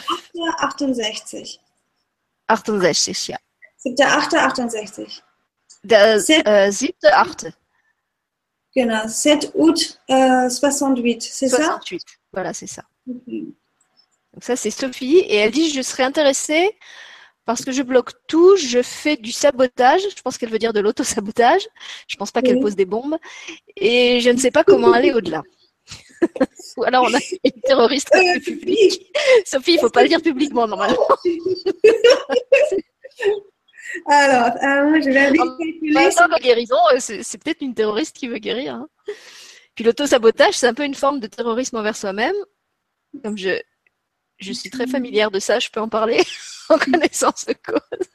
68, ja. 7.8.68. Der 7.8. Genau, 7 août 68, c'est ça? 68, voilà, c'est ça. Donc ça, c'est Sophie. Et elle dit, je serais intéressée parce que je bloque tout, je fais du sabotage. Je pense qu'elle veut dire de l'auto-sabotage. Je pense pas qu'elle pose des bombes. Et je ne sais pas comment aller au-delà. Ou alors on a une terroriste publique. Sophie, il ne faut pas le dire publiquement, normalement. Alors, je vais calculer. La guérison, c'est peut-être une terroriste qui veut guérir. Hein. Puis l'auto-sabotage, c'est un peu une forme de terrorisme envers soi-même. Comme je suis très familière de ça, je peux en parler en connaissance de cause.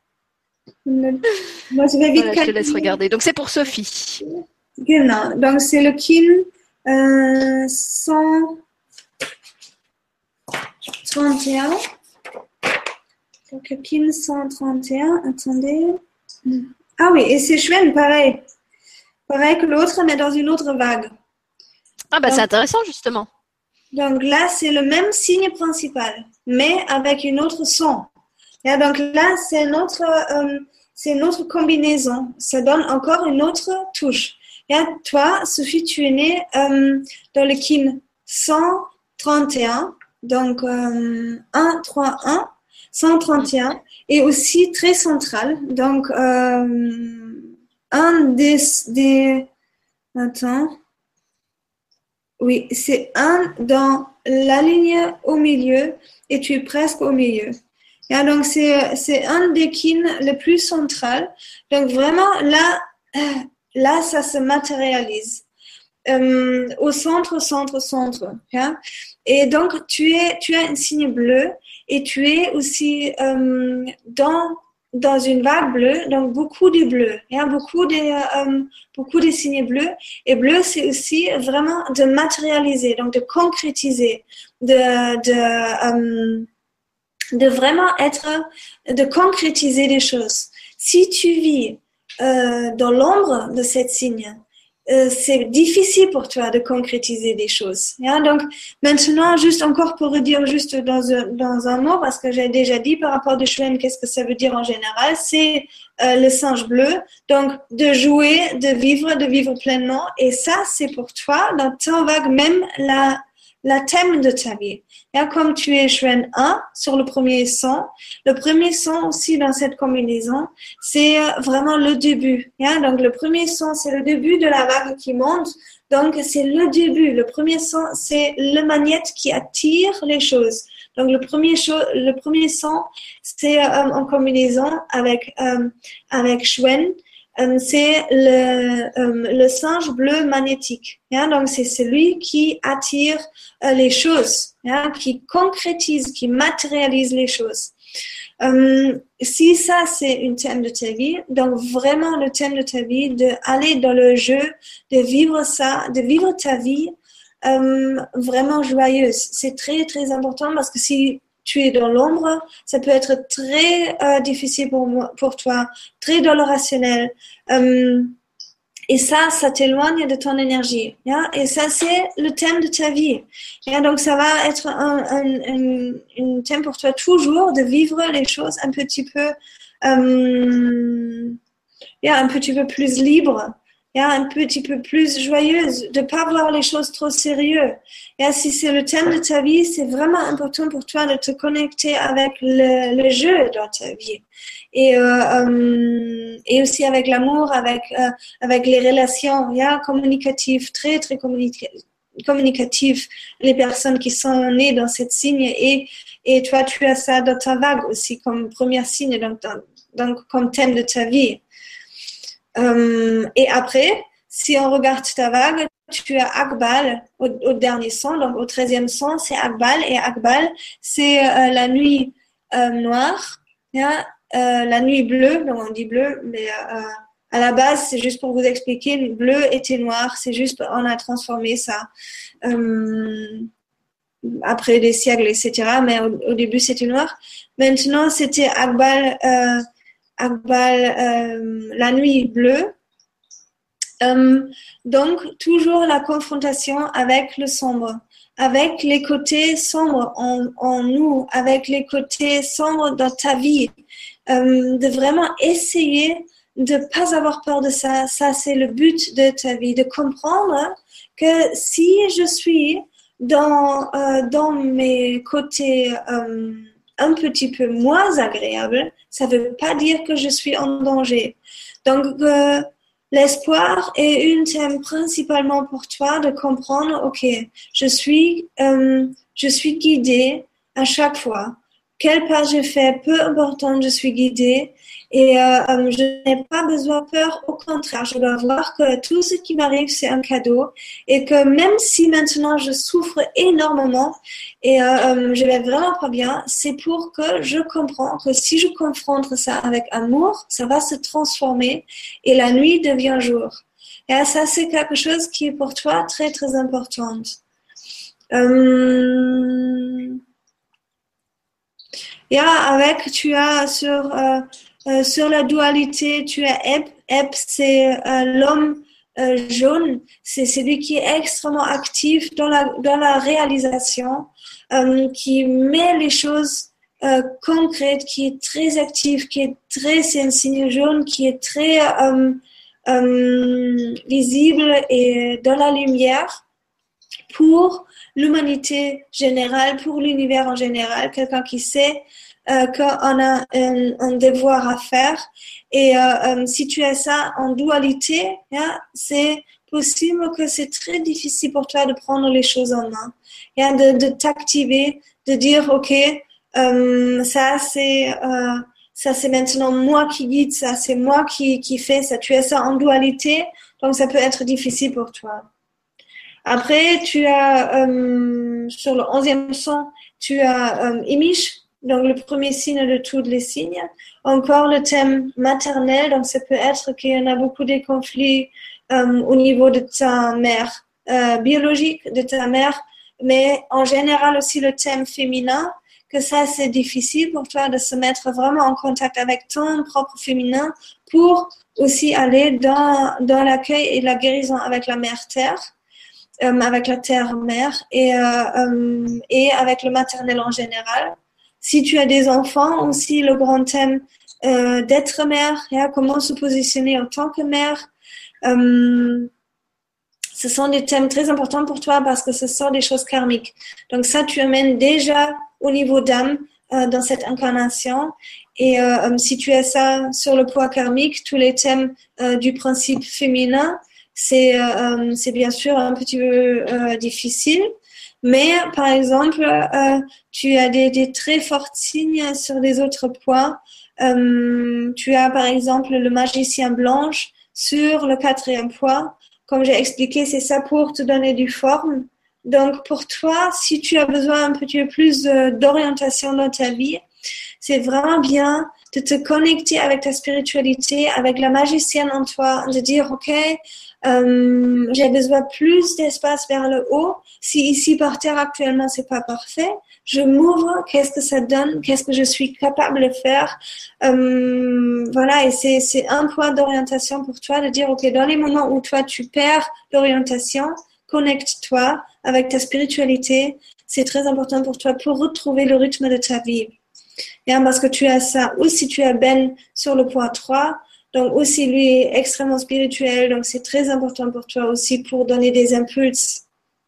Moi, je vais vite voilà, je te laisse regarder. Donc, c'est pour Sophie. Genau. Donc, c'est le kin 131. Donc, le kin 131. Attendez. Ah oui, et c'est Schwen, pareil. Pareil que l'autre, mais dans une autre vague. Ah, bah, c'est intéressant, justement. Donc là, c'est le même signe principal, mais avec une autre son. Et donc là, c'est une autre combinaison. Ça donne encore une autre touche. Et toi, Sophie, tu es née dans le kin 131, donc 1, 3, 1, 131, et aussi très central. Donc, un des... Attends... Oui, c'est un dans la ligne au milieu et tu es presque au milieu. Et donc, c'est un des kin le plus central. Donc, vraiment, là, ça se matérialise. Au centre. Hein? Et donc, tu as un signe bleu et tu es aussi dans une vague bleue, donc beaucoup de bleus, hein, beaucoup de signes bleus. Et bleu, c'est aussi vraiment de matérialiser, donc de concrétiser, de vraiment de concrétiser des choses. Si tu vis dans l'ombre de cette signe, c'est difficile pour toi de concrétiser des choses. Hein? Donc, maintenant, juste encore pour redire juste dans un mot, parce que j'ai déjà dit par rapport de Schwen, qu'est-ce que ça veut dire en général, c'est le singe bleu. Donc, de jouer, de vivre pleinement. Et ça, c'est pour toi, dans ta vague, même la thème de ta vie. Et comme tu es Schwen 1 sur le premier son aussi dans cette combinaison, c'est vraiment le début. Hein? Donc le premier son, c'est le début de la vague qui monte. Donc c'est le début. Le premier son, c'est le magnète qui attire les choses. Donc le premier son, c'est en combinaison avec Schwen. C'est le singe bleu magnétique. Hein? Donc, c'est celui qui attire les choses, hein? Qui concrétise, qui matérialise les choses. Si ça, c'est une thème de ta vie, donc vraiment le thème de ta vie, d'aller dans le jeu, de vivre ça, de vivre ta vie vraiment joyeuse. C'est très, très important parce que si tu es dans l'ombre, ça peut être très difficile pour toi, très dolorationnel. Et ça t'éloigne de ton énergie. Yeah? Et ça, c'est le thème de ta vie. Yeah? Donc, ça va être un thème pour toi toujours de vivre les choses un petit peu, un petit peu plus libre. Un petit peu plus joyeuse, de pas voir les choses trop sérieux. Et si c'est le thème de ta vie, c'est vraiment important pour toi de te connecter avec le jeu dans ta vie. Et aussi avec l'amour, avec les relations, communicatives, très, très communicatives. communicatif, les personnes qui sont nées dans cette signe, et toi, tu as ça dans ta vague aussi comme premier signe, donc comme thème de ta vie. Et après, si on regarde ta vague, tu as Akbal au dernier son, donc au 13e son, c'est Akbal, et Akbal, c'est la nuit noire, la nuit bleue, donc on dit bleu, mais à la base, c'est juste pour vous expliquer, le bleu était noir, c'est juste, on a transformé ça après des siècles, etc., mais au début, c'était noir. Maintenant, c'était Akbal, la nuit bleue. Donc, toujours la confrontation avec le sombre, avec les côtés sombres en nous, avec les côtés sombres dans ta vie, de vraiment essayer de pas avoir peur de ça. Ça, c'est le but de ta vie, de comprendre que si je suis dans mes côtés un petit peu moins agréables, ça veut pas dire que je suis en danger. Donc, l'espoir est un thème principalement pour toi de comprendre, ok, je suis guidée à chaque fois. Quel pas je fais, peu importe, je suis guidée et je n'ai pas besoin de peur. Au contraire, je dois voir que tout ce qui m'arrive, c'est un cadeau et que même si maintenant je souffre énormément et je vais vraiment pas bien, c'est pour que je comprends que si je confronte ça avec amour, ça va se transformer et la nuit devient jour. Et ça, c'est quelque chose qui est pour toi très, très important. Tu as sur la dualité, tu as Eb, c'est l'homme jaune, c'est celui qui est extrêmement actif dans la réalisation, qui met les choses concrètes, qui est très actif, c'est un signe jaune, qui est très visible et dans la lumière pour l'humanité générale, pour l'univers en général, quelqu'un qui sait qu'on a un devoir à faire. Et si tu as ça en dualité, c'est possible que c'est très difficile pour toi de prendre les choses en main, de t'activer, de dire, ok, ça c'est maintenant moi qui guide, ça c'est moi qui fais ça. Tu as ça en dualité, donc ça peut être difficile pour toi. Après, tu as sur le 11e son, tu as Imish, donc le premier signe de tous les signes. Encore le thème maternel, donc ça peut être qu'il y en a beaucoup de conflits au niveau de ta mère biologique, de ta mère, mais en général aussi le thème féminin, que ça c'est difficile pour toi de se mettre vraiment en contact avec ton propre féminin pour aussi aller dans l'accueil et la guérison avec la mère terre. Avec la terre-mère et avec le maternel en général. Si tu as des enfants, aussi le grand thème d'être mère, comment se positionner en tant que mère. Ce sont des thèmes très importants pour toi parce que ce sont des choses karmiques. Donc ça, tu amènes déjà au niveau d'âme dans cette incarnation. Et si tu as ça sur le poids karmique, tous les thèmes du principe féminin, c'est bien sûr un petit peu difficile, mais par exemple, tu as des très forts signes sur des autres points. Tu as par exemple le magicien blanche sur le 4e point. Comme j'ai expliqué, c'est ça pour te donner du forme. Donc pour toi, si tu as besoin un petit peu plus d'orientation dans ta vie, c'est vraiment bien de te connecter avec ta spiritualité, avec la magicienne en toi, de dire, ok, j'ai besoin plus d'espace vers le haut. Si ici par terre actuellement c'est pas parfait, je m'ouvre. Qu'est-ce que ça donne? Qu'est-ce que je suis capable de faire? Voilà, et c'est un point d'orientation pour toi de dire, ok, dans les moments où toi tu perds l'orientation, connecte-toi avec ta spiritualité. C'est très important pour toi pour retrouver le rythme de ta vie. Parce que tu as ça. Ou si tu as Ben sur le point 3, donc aussi lui est extrêmement spirituel, donc c'est très important pour toi aussi pour donner des impulses.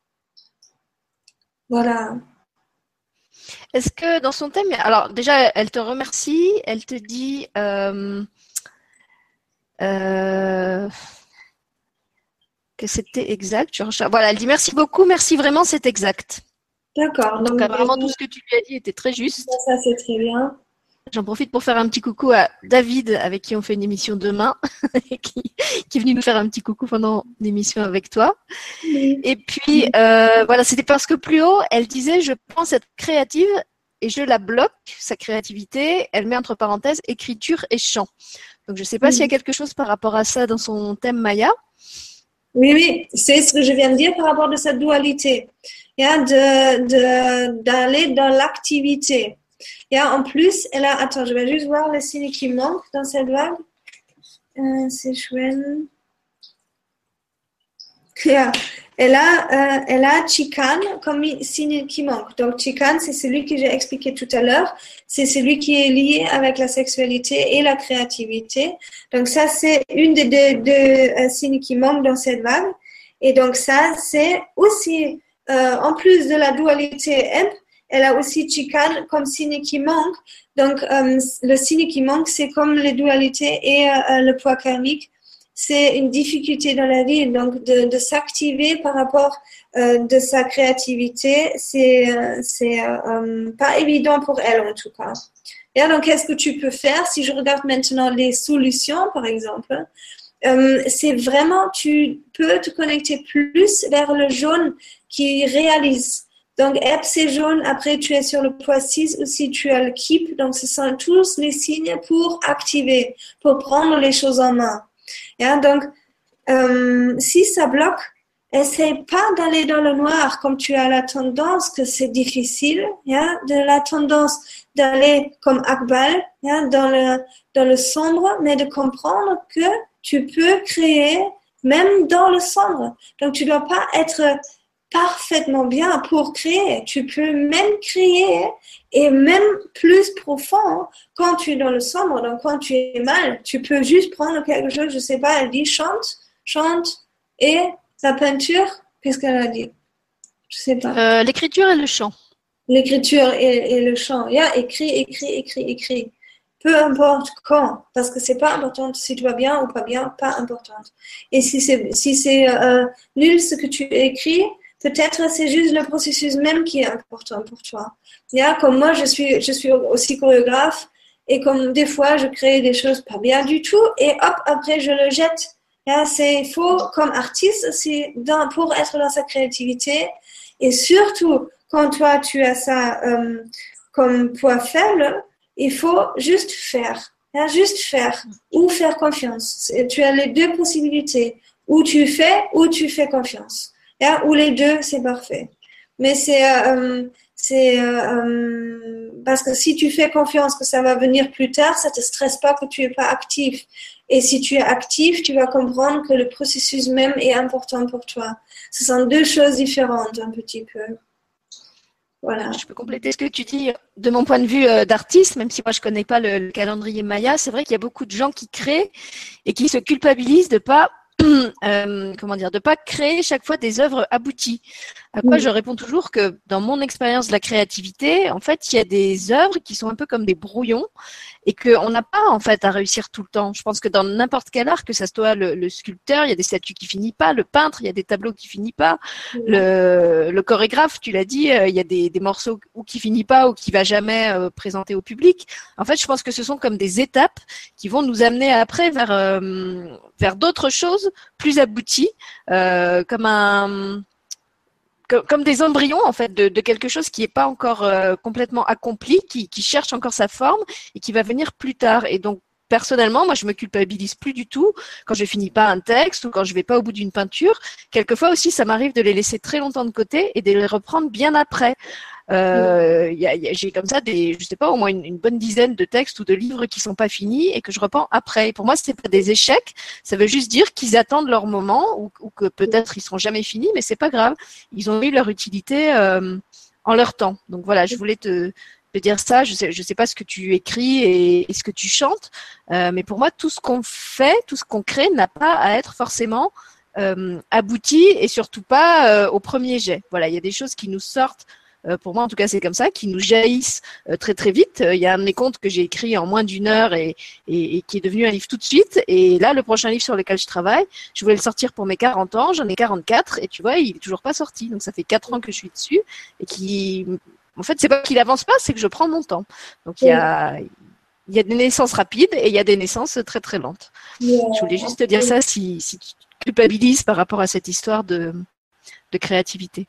Voilà. Est-ce que dans son thème, alors déjà, elle te remercie, elle te dit que c'était exact. Voilà, elle dit merci beaucoup, merci vraiment, c'est exact. D'accord. Donc apparemment tout ce que tu lui as dit était très juste. Ça c'est très bien. J'en profite pour faire un petit coucou à David, avec qui on fait une émission demain, et qui est venu nous faire un petit coucou pendant l'émission avec toi. Oui. Et puis, voilà, c'était parce que plus haut, elle disait, je pense être créative et je la bloque, sa créativité. Elle met entre parenthèses écriture et chant. Donc, je ne sais pas s'il y a quelque chose par rapport à ça dans son thème Maya. Oui, c'est ce que je viens de dire par rapport à cette dualité. D'aller dans l'activité. En plus, attends, je vais juste voir les signes qui manquent dans cette vague. C'est chouette. Elle a Chikan comme signe qui manque. Donc, Chikan, c'est celui que j'ai expliqué tout à l'heure. C'est celui qui est lié avec la sexualité et la créativité. Donc, ça, c'est une des deux signes qui manquent dans cette vague. Et donc, ça, c'est aussi, en plus de la dualité elle a aussi Chikan comme signe qui manque. Donc, le signe qui manque, c'est comme les dualités et le poids karmique. C'est une difficulté dans la vie, donc de s'activer par rapport de sa créativité, c'est pas évident pour elle en tout cas. Et donc, qu'est-ce que tu peux faire? Si je regarde maintenant les solutions, par exemple, c'est vraiment, tu peux te connecter plus vers le jaune qui réalise. Donc, c'est jaune, après tu es sur le poids 6 aussi, tu as le keep, donc ce sont tous les signes pour activer, pour prendre les choses en main. Donc, si ça bloque, essaye pas d'aller dans le noir comme tu as la tendance que c'est difficile, de la tendance d'aller comme Akbal, dans le sombre, mais de comprendre que tu peux créer même dans le sombre. Donc, tu dois pas être parfaitement bien pour créer. Tu peux même créer et même plus profond quand tu es dans le sombre. Donc, quand tu es mal, tu peux juste prendre quelque chose, je sais pas, elle dit chante et la peinture, qu'est-ce qu'elle a dit? Je sais pas. L'écriture et le chant. L'écriture et le chant. Écris. Peu importe quand, parce que c'est pas important si tu vas bien ou pas bien, pas important. Et si c'est nul ce que tu écris, peut-être c'est juste le processus même qui est important pour toi. Comme moi, je suis aussi chorégraphe et comme des fois, je crée des choses pas bien du tout et hop, après, je le jette. Il faut, comme artiste aussi, pour être dans sa créativité et surtout, quand toi, tu as ça comme point faible, il faut juste faire. Juste faire ou faire confiance. Tu as les deux possibilités. Ou tu fais confiance. Ou les deux, c'est parfait. Mais c'est parce que si tu fais confiance que ça va venir plus tard, ça te stresse pas que tu es pas actif. Et si tu es actif, tu vas comprendre que le processus même est important pour toi. Ce sont deux choses différentes un petit peu. Voilà. Je peux compléter ce que tu dis de mon point de vue d'artiste, même si moi je connais pas le calendrier Maya. C'est vrai qu'il y a beaucoup de gens qui créent et qui se culpabilisent de pas de pas créer chaque fois des œuvres abouties. À quoi je réponds toujours que dans mon expérience de la créativité, en fait, il y a des œuvres qui sont un peu comme des brouillons et qu'on n'a pas en fait à réussir tout le temps. Je pense que dans n'importe quel art, que ça soit le sculpteur, il y a des statues qui finissent pas, le peintre, il y a des tableaux qui finissent pas, le chorégraphe, tu l'as dit, il y a des morceaux ou qui finissent pas ou qui va jamais présenter au public. En fait, je pense que ce sont comme des étapes qui vont nous amener après vers d'autres choses plus abouties, comme des embryons en fait de quelque chose qui n'est pas encore complètement accompli, qui cherche encore sa forme et qui va venir plus tard. Et donc personnellement, moi je me culpabilise plus du tout quand je finis pas un texte ou quand je vais pas au bout d'une peinture. Quelquefois aussi, ça m'arrive de les laisser très longtemps de côté et de les reprendre bien après. J'ai comme ça je sais pas, au moins une bonne dizaine de textes ou de livres qui sont pas finis et que je reprends après. Et pour moi, c'est pas des échecs. Ça veut juste dire qu'ils attendent leur moment ou que peut-être ils seront jamais finis, mais c'est pas grave. Ils ont eu leur utilité en leur temps. Donc voilà, je voulais te dire ça. Je sais pas ce que tu écris et ce que tu chantes, mais pour moi, tout ce qu'on fait, tout ce qu'on crée n'a pas à être forcément abouti et surtout pas au premier jet. Voilà, il y a des choses qui nous sortent pour moi en tout cas c'est comme ça, qui nous jaillissent très très vite. Il y a un de mes contes que j'ai écrit en moins d'une heure et qui est devenu un livre tout de suite. Et là, le prochain livre sur lequel je travaille, je voulais le sortir pour mes 40 ans, j'en ai 44 et tu vois, il est toujours pas sorti. Donc ça fait 4 ans que je suis dessus et en fait, c'est pas qu'il avance pas, c'est que je prends mon temps. Donc il y a des naissances rapides et il y a des naissances très très lentes. Je voulais juste te dire ça si tu culpabilises par rapport à cette histoire de créativité.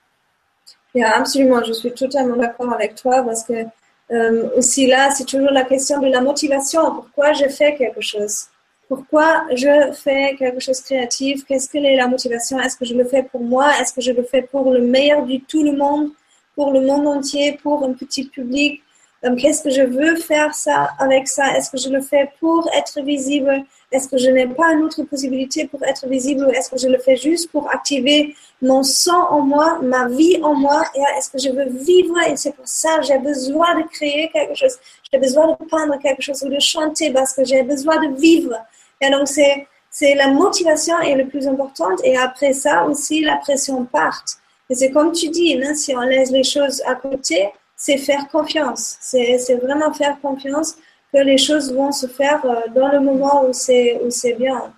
Absolument, je suis totalement d'accord avec toi parce que aussi là, c'est toujours la question de la motivation. Pourquoi je fais quelque chose? Pourquoi je fais quelque chose de créatif? Qu'est-ce que est la motivation? Est-ce que je le fais pour moi? Est-ce que je le fais pour le meilleur de tout le monde? Pour le monde entier? Pour un petit public? Qu'est-ce que je veux faire avec ça? Est-ce que je le fais pour être visible? Est-ce que je n'ai pas une autre possibilité pour être visible? Ou est-ce que je le fais juste pour activer mon sang en moi, ma vie en moi? Et est-ce que je veux vivre? Et c'est pour ça que j'ai besoin de créer quelque chose. J'ai besoin de peindre quelque chose ou de chanter parce que j'ai besoin de vivre. Et donc, c'est la motivation est le plus importante. Et après ça aussi, la pression part. Et c'est comme tu dis, hein, si on laisse les choses à côté, c'est faire confiance. C'est vraiment faire confiance que les choses vont se faire dans le moment où c'est bien.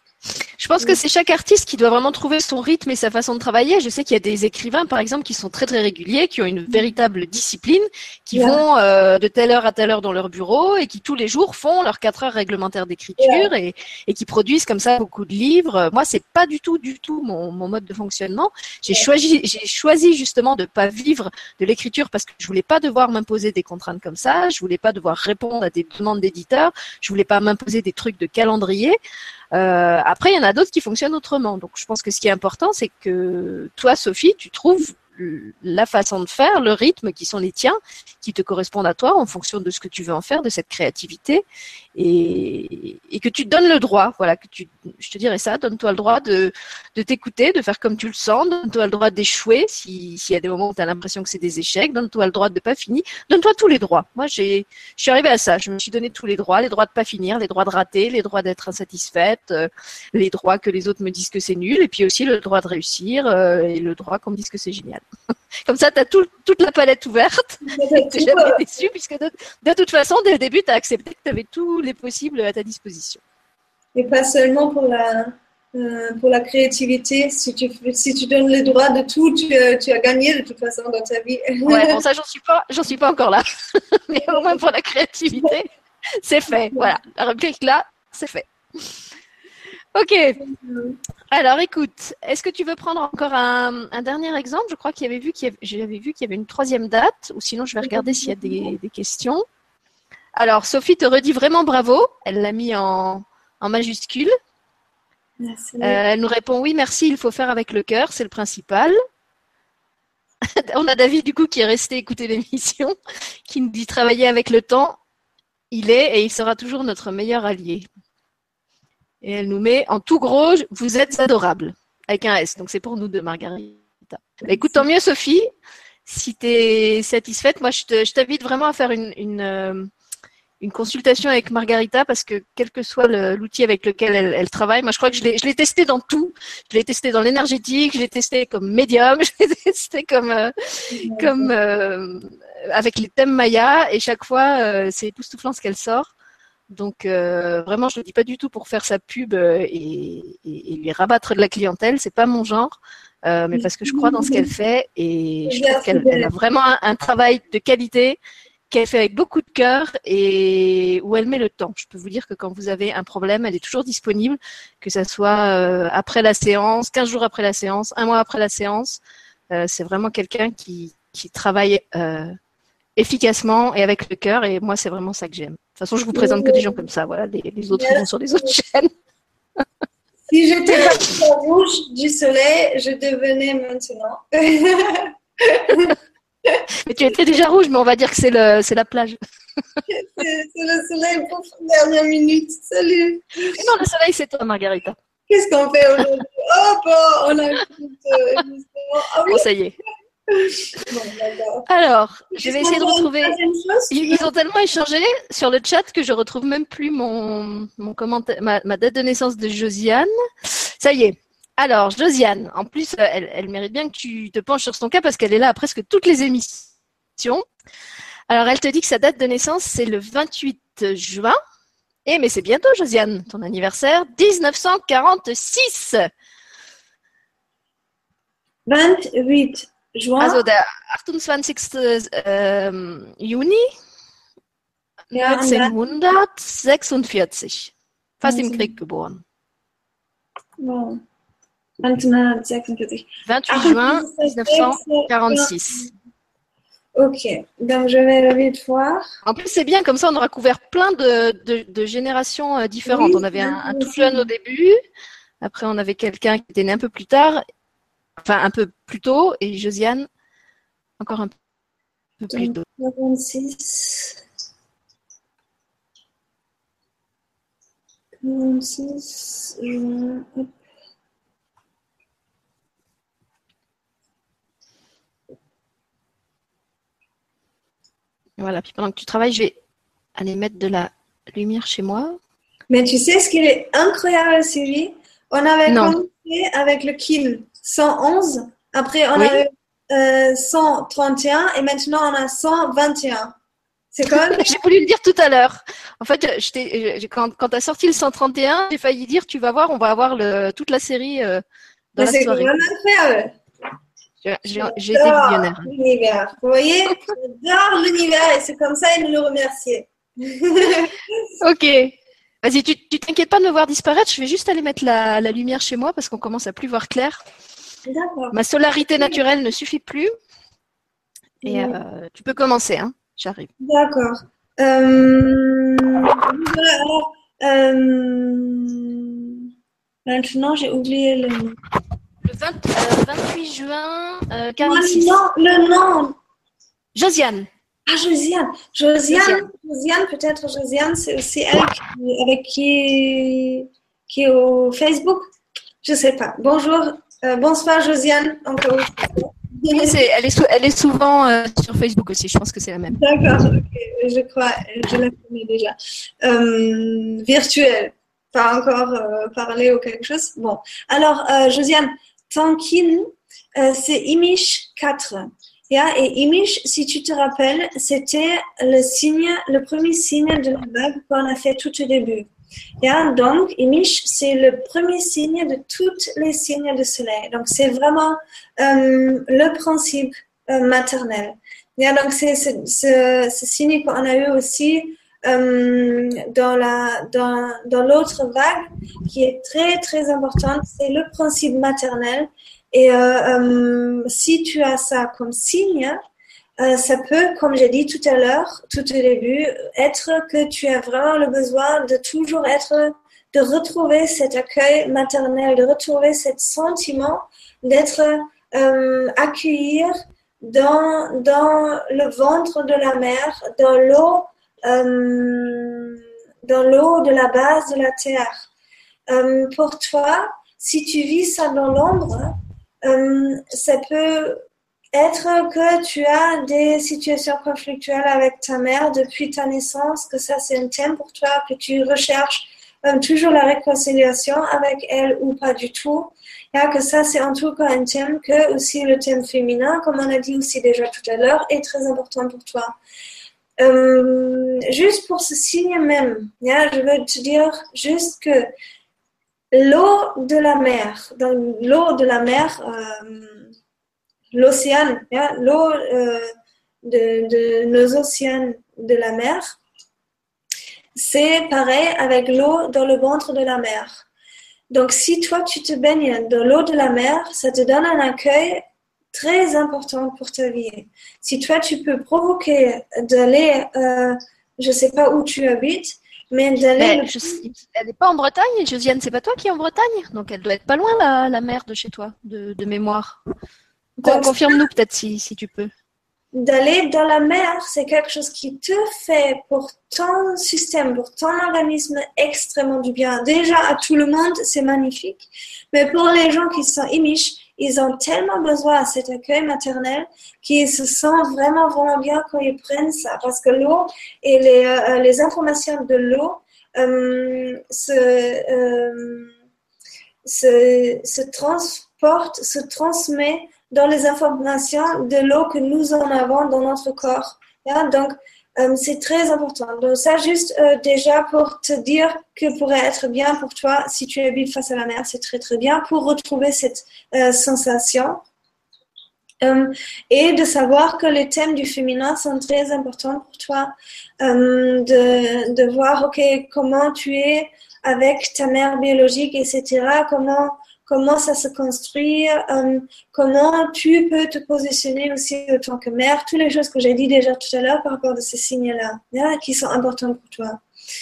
Je pense que c'est chaque artiste qui doit vraiment trouver son rythme et sa façon de travailler. Je sais qu'il y a des écrivains, par exemple, qui sont très très réguliers, qui ont une véritable discipline, qui vont de telle heure à telle heure dans leur bureau et qui tous les jours font leurs 4 heures réglementaires d'écriture et qui produisent comme ça beaucoup de livres. Moi, c'est pas du tout mon mode de fonctionnement. J'ai choisi justement de pas vivre de l'écriture parce que je voulais pas devoir m'imposer des contraintes comme ça. Je voulais pas devoir répondre à des demandes d'éditeurs. Je voulais pas m'imposer des trucs de calendrier. Après, il y en a d'autres qui fonctionnent autrement. Donc, je pense que ce qui est important, c'est que toi, Sophie, tu trouves la façon de faire, le rythme qui sont les tiens, qui te correspondent à toi en fonction de ce que tu veux en faire, de cette créativité, et que tu te donnes le droit. Voilà, je te dirais ça, donne-toi le droit de t'écouter, de faire comme tu le sens, donne-toi le droit d'échouer s'il y a des moments où tu as l'impression que c'est des échecs, donne-toi le droit de pas finir, donne-toi tous les droits. Moi, je suis arrivée à ça, je me suis donné tous les droits de pas finir, les droits de rater, les droits d'être insatisfaite, les droits que les autres me disent que c'est nul, et puis aussi le droit de réussir et le droit qu'on me dise que c'est génial. Comme ça, tu as toute la palette ouverte et tu n'es jamais déçu puisque de toute façon, dès le début, tu as accepté que tu avais tous les possibles à ta disposition. Et pas seulement pour la créativité. Si tu donnes le droit de tout, tu as gagné de toute façon dans ta vie. Ouais, bon, ça, j'en suis pas encore là. Mais au moins pour la créativité, c'est fait. Voilà, la rubrique là, c'est fait. Ok. Alors, écoute, est-ce que tu veux prendre encore un dernier exemple? Je crois j'avais vu qu'il y avait une 3e date, ou sinon je vais regarder s'il y a des questions. Alors, Sophie te redit vraiment bravo. Elle l'a mis en majuscule. Merci. Elle nous répond oui, merci, il faut faire avec le cœur, c'est le principal. On a David, du coup, qui est resté écouter l'émission, qui nous dit travailler avec le temps. Il est et il sera toujours notre meilleur allié. Et elle nous met en tout gros, vous êtes adorables, avec un S. Donc, c'est pour nous deux, Margarita. Écoute, tant mieux, Sophie. Si tu es satisfaite, moi, je t'invite vraiment à faire une consultation avec Margarita parce que quel que soit l'outil avec lequel elle travaille, moi, je crois que je l'ai testé dans tout. Je l'ai testé dans l'énergétique, je l'ai testé comme médium, je l'ai testé comme avec les thèmes Maya et chaque fois, c'est époustouflant ce qu'elle sort. Donc, vraiment, je ne le dis pas du tout pour faire sa pub et lui rabattre de la clientèle. C'est pas mon genre, mais parce que je crois dans ce qu'elle fait et je trouve qu'elle a vraiment un travail de qualité qu'elle fait avec beaucoup de cœur et où elle met le temps. Je peux vous dire que quand vous avez un problème, elle est toujours disponible, que ça soit après la séance, 15 jours après la séance, 1 mois après la séance. C'est vraiment quelqu'un qui travaille efficacement et avec le cœur et moi, c'est vraiment ça que j'aime. De toute façon, je vous présente que des gens comme ça. Voilà, les autres vont sur les autres chaînes. Si j'étais pas rouge du soleil, je devenais maintenant. Mais tu étais déjà rouge, mais on va dire que c'est la plage. C'est le soleil pour la dernière minute. Salut. Non, le soleil, c'est toi, Margarita. Qu'est-ce qu'on fait aujourd'hui? Oh, bon, on a ah, oui. Bon, ça y est. Bon, alors, je vais essayer de retrouver. Ils ont tellement échangé sur le chat que je retrouve même plus mon commentaire, ma date de naissance de Josiane. Ça y est. Alors, Josiane, en plus, elle mérite bien que tu te penches sur son cas parce qu'elle est là à presque toutes les émissions. Alors, elle te dit que sa date de naissance, c'est le 28 juin. Mais c'est bientôt, Josiane, ton anniversaire, 1946. 28 juin. Also der 28. Juni Ja, 1946. Fast im Krieg geboren. Wow. 1946. 28 juin 1946. Ok, donc je vais vite voir. En plus, c'est bien, comme ça, on aura couvert plein de générations différentes. Oui, On avait un tout jeune au début, après on avait quelqu'un qui était né un peu plus tard, enfin un peu plus tôt, et Josiane, encore un peu plus tôt. 46. 46 juin. Voilà, puis pendant que tu travailles, je vais aller mettre de la lumière chez moi. Mais tu sais ce qui est incroyable, Sylvie? On avait commencé avec le kill 111, après on avait 131 et maintenant on a 121. C'est quand même... J'ai voulu le dire tout à l'heure. En fait, quand tu as sorti le 131, j'ai failli dire, tu vas voir, on va avoir toute la série dans la soirée. C'est quand même incroyable. J'ai été visionnaire. L'univers. Vous voyez, j'adore l'univers et c'est comme ça il nous le remercier. Ok. Vas-y, tu t'inquiètes pas de me voir disparaître. Je vais juste aller mettre la lumière chez moi parce qu'on commence à plus voir clair. D'accord. Ma solarité naturelle ne suffit plus. Et tu peux commencer, hein. J'arrive. D'accord. Maintenant, j'ai oublié le nom. Le 28 juin 46. Non, le nom. Josiane. Ah, Josiane, peut-être Josiane, c'est aussi elle avec qui est au Facebook. Je sais pas. Bonjour, bonsoir Josiane, encore une fois. Elle est souvent sur Facebook aussi, je pense que c'est la même. D'accord, okay. Je crois, je la connais déjà. Virtuelle, pas encore parler ou quelque chose. Bon, alors Josiane, ton kin, c'est Imish 4. Yeah, et Imish, si tu te rappelles, c'était le premier signe de la vague qu'on a fait tout au début. Yeah, donc, Imish, c'est le premier signe de tous les signes de soleil. Donc, c'est vraiment le principe maternel. Yeah, donc, c'est ce signe qu'on a eu aussi dans l'autre vague qui est très, très importante. C'est le principe maternel. Et si tu as ça comme signe, ça peut, comme j'ai dit tout à l'heure, tout au début, être que tu as vraiment le besoin de toujours de retrouver cet accueil maternel, de retrouver ce sentiment d'être accueilli dans le ventre de la mère, dans l'eau de la base de la terre. Pour toi, si tu vis ça dans l'ombre, ça peut être que tu as des situations conflictuelles avec ta mère depuis ta naissance, que ça c'est un thème pour toi, que tu recherches toujours la réconciliation avec elle ou pas du tout. Et que ça c'est en tout cas un thème que aussi le thème féminin, comme on a dit aussi déjà tout à l'heure, est très important pour toi. Juste pour ce signe même, je veux te dire juste que l'eau de la mer, dans l'eau de la mer, l'océan, l'eau de nos océans de la mer, c'est pareil avec l'eau dans le ventre de la mer. Donc, si toi, tu te baignes dans l'eau de la mer, ça te donne un accueil très important pour ta vie. Si toi, tu peux provoquer d'aller, je ne sais pas où tu habites, mais d'aller... Elle n'est pas en Bretagne, Josiane, c'est pas toi qui es en Bretagne? Donc, elle doit être pas loin, la mer de chez toi, de mémoire. Confirme-nous peut-être si tu peux. D'aller dans la mer, c'est quelque chose qui te fait pour ton système, pour ton organisme extrêmement du bien. Déjà, à tout le monde, c'est magnifique. Mais pour les gens qui sont Imish, ils ont tellement besoin de cet accueil maternel qu'ils se sentent vraiment, vraiment bien quand ils prennent ça. Parce que l'eau et les informations de l'eau se transporte, se transmet dans les informations de l'eau que nous en avons dans notre corps. Donc, c'est très important. Donc, ça, juste déjà pour te dire que pourrait être bien pour toi si tu habites face à la mer, c'est très, très bien pour retrouver cette sensation. Et de savoir que les thèmes du féminin sont très importants pour toi. De voir, OK, comment tu es avec ta mère biologique, etc. Comment ça se construit, comment tu peux te positionner aussi en tant que mère, toutes les choses que j'ai dit déjà tout à l'heure par rapport à ces signes-là, qui sont importants pour toi.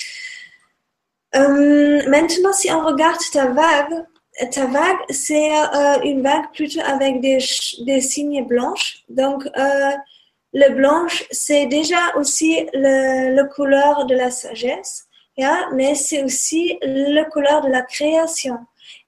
Maintenant, si on regarde ta vague, c'est une vague plutôt avec des signes blanches. Donc, le blanche, c'est déjà aussi le couleur de la sagesse, mais c'est aussi le couleur de la création.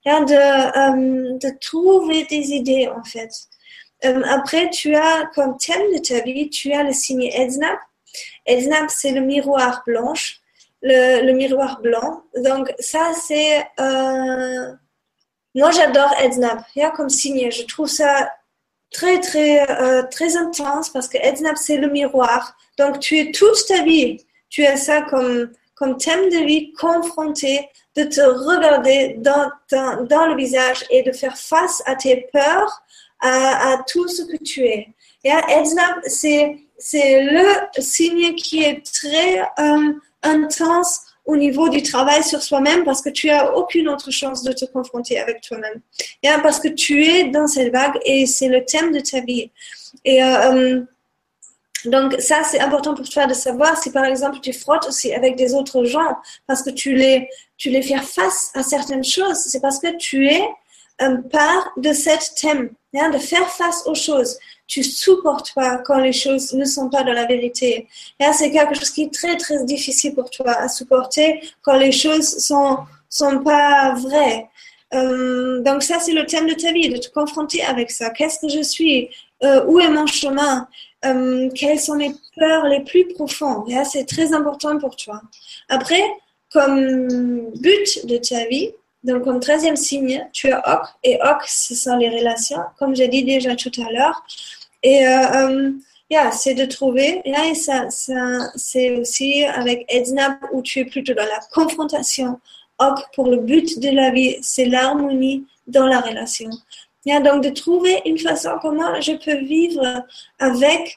De trouver des idées, en fait. Après, tu as comme thème de ta vie, tu as le signe Edsnab. Edsnab, c'est le miroir blanche, le miroir blanc. Donc, ça, c'est... moi, j'adore Edsnab, comme signe. Je trouve ça très, très, très intense parce que Edsnab, c'est le miroir. Donc, tu es toute ta vie, tu as ça comme thème de vie confronté, de te regarder dans le visage et de faire face à tes peurs, à tout ce que tu es. Edsnab, c'est le signe qui est très intense au niveau du travail sur soi-même parce que tu as aucune autre chance de te confronter avec toi-même. Parce que tu es dans cette vague et c'est le thème de ta vie. Et donc ça, c'est important pour toi de savoir si par exemple tu frottes aussi avec des autres gens parce que tu les fais face à certaines choses. C'est parce que tu es part de cet thème, de faire face aux choses. Tu supportes pas quand les choses ne sont pas dans la vérité. C'est quelque chose qui est très très difficile pour toi à supporter quand les choses sont pas vraies. Donc ça, c'est le thème de ta vie, de te confronter avec ça. Qu'est-ce que je suis? Où est mon chemin? Quelles sont mes peurs les plus profondes? C'est très important pour toi. Après, comme but de ta vie, donc comme 13e signe, tu as Ok, et Ok, ce sont les relations, comme j'ai dit déjà tout à l'heure. Et c'est de trouver, et ça c'est aussi avec Edsnab où tu es plutôt dans la confrontation. Ok, pour le but de la vie, c'est l'harmonie dans la relation. Donc de trouver une façon comment je peux vivre avec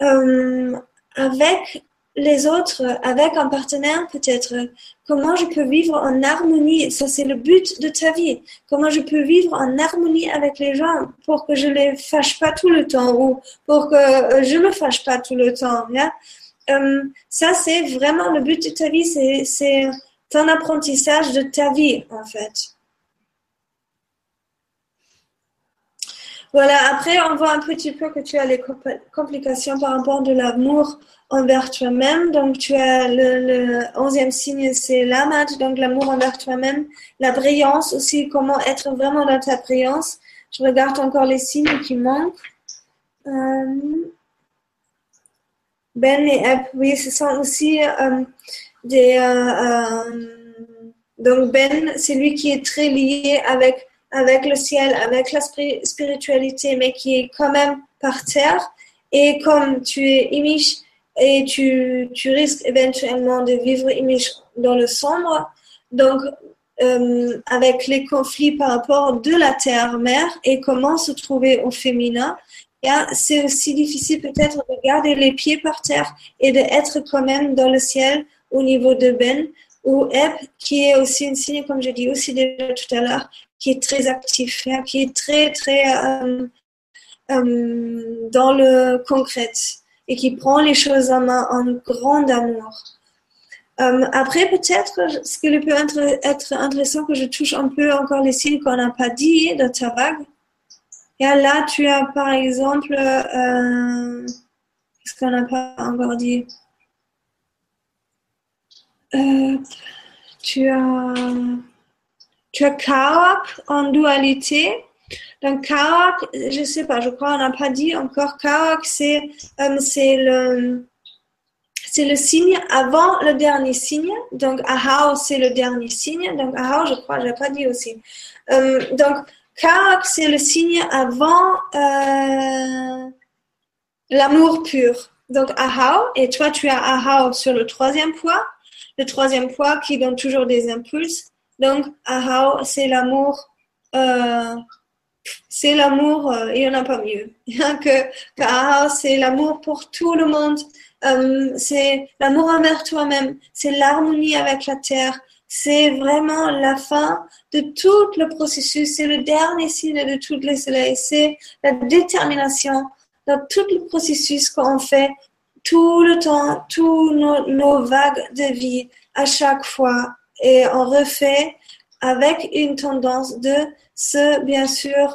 les autres, avec un partenaire peut-être. Comment je peux vivre en harmonie, ça c'est le but de ta vie. Comment je peux vivre en harmonie avec les gens pour que je les fâche pas tout le temps ou pour que je me fâche pas tout le temps. Ça c'est vraiment le but de ta vie, c'est ton apprentissage de ta vie en fait. Voilà, après, on voit un petit peu que tu as les complications par rapport de l'amour envers toi-même. Donc, tu as le 11e signe, c'est l'amad, donc l'amour envers toi-même. La brillance aussi, comment être vraiment dans ta brillance. Je regarde encore les signes qui manquent. Ben et Eb, oui, ce sont aussi donc Ben, c'est lui qui est très lié avec le ciel, avec la spiritualité, mais qui est quand même par terre. Et comme tu es Imish et tu risques éventuellement de vivre Imish dans le sombre, donc avec les conflits par rapport de la terre-mère et comment se trouver au féminin, c'est aussi difficile peut-être de garder les pieds par terre et d'être quand même dans le ciel au niveau de Ben, ou Eb, qui est aussi une signe, comme je dis aussi déjà tout à l'heure, qui est très actif, qui est très, très dans le concret et qui prend les choses en main en grand amour. Après, peut-être, ce qui peut être intéressant, que je touche un peu encore les signes qu'on n'a pas dit dans ta vague. Là, tu as par exemple, qu'est-ce qu'on n'a pas encore dit? Tu as Karak en dualité. Donc Karak, je sais pas, je crois on n'a pas dit encore. Karak, c'est c'est le signe avant le dernier signe. Donc, Ahau, c'est le dernier signe. Donc, Ahau, je crois, je n'ai pas dit aussi. Donc, Karak, c'est le signe avant l'amour pur. Donc, Ahau, et toi, tu as Ahau sur le troisième poids. Le troisième poids qui donne toujours des impulses. Donc, Ahau, c'est l'amour. Il n'y en a pas mieux. Que Ahau, c'est l'amour pour tout le monde. C'est l'amour envers toi-même. C'est l'harmonie avec la terre. C'est vraiment la fin de tout le processus. C'est le dernier signe de tous les soleils. C'est la détermination dans tout le processus qu'on fait tout le temps, tous nos vagues de vie à chaque fois. Et on refait avec une tendance de bien sûr,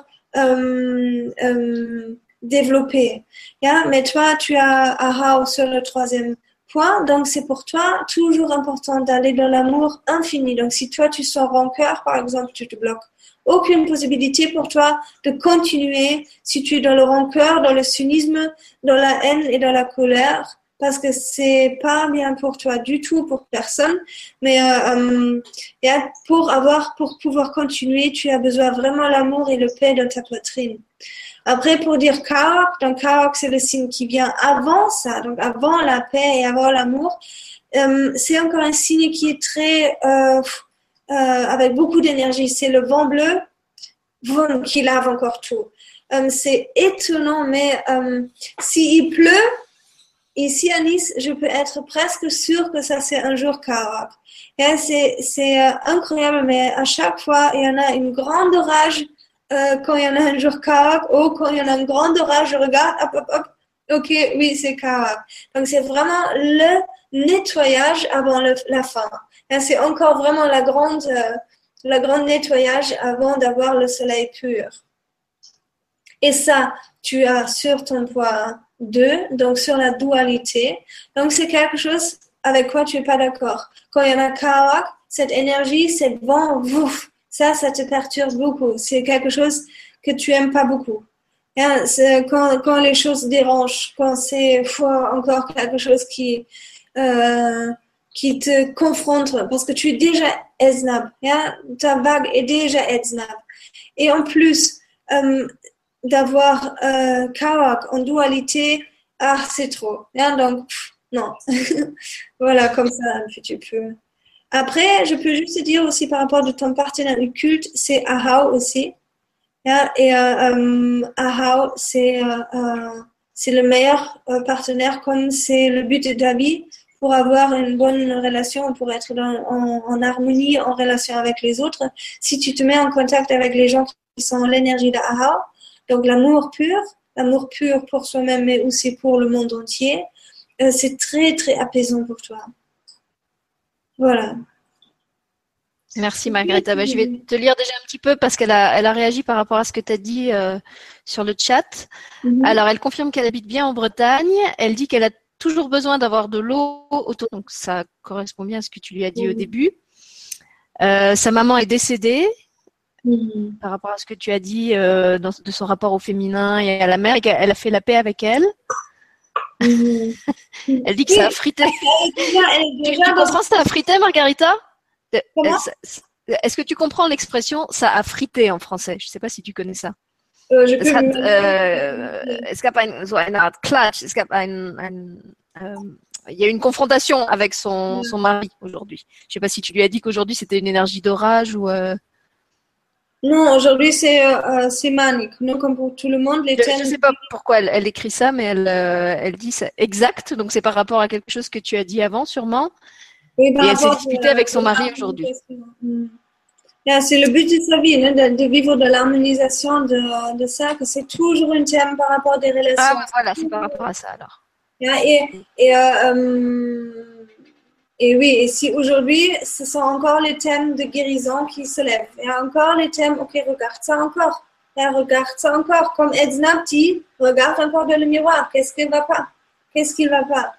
développer. Yeah? Mais toi, tu as Ahau sur le troisième point, donc c'est pour toi toujours important d'aller dans l'amour infini. Donc, si toi, tu sens rancœur, par exemple, tu te bloques. Aucune possibilité pour toi de continuer si tu es dans le rancœur, dans le cynisme, dans la haine et dans la colère, parce que c'est pas bien pour toi du tout, pour personne. Mais pour pouvoir continuer, tu as besoin vraiment l'amour et le paix dans ta poitrine. Après, pour dire Karak, donc Karak, c'est le signe qui vient avant ça, donc avant la paix et avant l'amour. C'est encore un signe qui est très avec beaucoup d'énergie. C'est le vent bleu qui lave encore tout. C'est étonnant, mais s'il pleut, ici à Nice, je peux être presque sûre que ça c'est un jour Karak. C'est incroyable, mais à chaque fois, il y en a une grande orage quand il y en a un jour Karak, ou quand il y en a une grande orage, je regarde, hop, ok, oui, c'est Karak. Donc c'est vraiment le nettoyage avant la fin. Et c'est encore vraiment la grande nettoyage avant d'avoir le soleil pur. Et ça, tu as sur ton poids 2, donc sur la dualité. Donc, c'est quelque chose avec quoi tu n'es pas d'accord. Quand il y en a Karak, cette énergie, cette vent, ouf, ça te perturbe beaucoup. C'est quelque chose que tu n'aimes pas beaucoup. C'est quand les choses dérangent, quand c'est encore quelque chose qui te confronte, parce que tu es déjà Eznab. Ta vague est déjà Eznab. Et en plus, d'avoir Karak en dualité, c'est trop. Donc, non. Voilà, comme ça, tu peux. Après, je peux juste te dire aussi par rapport à ton partenaire du culte, c'est Ahau aussi. Et Ahau, c'est le meilleur partenaire, comme c'est le but de la vie, pour avoir une bonne relation, pour être en harmonie, en relation avec les autres. Si tu te mets en contact avec les gens qui sont l'énergie d'Ahau, donc l'amour pur pour soi-même, mais aussi pour le monde entier, c'est très, très apaisant pour toi. Voilà. Merci Margarita. Je vais te lire déjà un petit peu parce qu'elle a réagi par rapport à ce que tu as dit sur le chat. Alors, elle confirme qu'elle habite bien en Bretagne. Elle dit qu'elle a toujours besoin d'avoir de l'eau autour. Donc, ça correspond bien à ce que tu lui as dit au début. Sa maman est décédée. Par rapport à ce que tu as dit de son rapport au féminin et à la mère, et qu'elle a fait la paix avec elle. Elle dit que ça a frité. Tu comprends ça a frité, Margarita? Est-ce que tu comprends l'expression « ça a frité » en français? Je ne sais pas si tu connais ça. Es gab so eine Art Klatsch. Il y a eu une confrontation avec son mari aujourd'hui. Je ne sais pas si tu lui as dit qu'aujourd'hui c'était une énergie d'orage ou… Non, aujourd'hui c'est manique. Non, comme pour tout le monde, les thèmes. Je ne sais pas pourquoi elle écrit ça, mais elle dit ça exact. Donc c'est par rapport à quelque chose que tu as dit avant, sûrement. Oui, et elle s'est disputée avec son mari aujourd'hui. C'est le but de sa vie, de vivre de l'harmonisation de ça, que c'est toujours un thème par rapport à des relations. Ah, voilà, c'est par rapport à ça alors. Et oui, et si aujourd'hui, ce sont encore les thèmes de guérison qui se lèvent. Il y a encore les thèmes, ok, regarde ça encore. Regarde ça encore. Comme Eznab dit, regarde encore dans le miroir. Qu'est-ce qui ne va pas? Qu'est-ce qui ne va pas?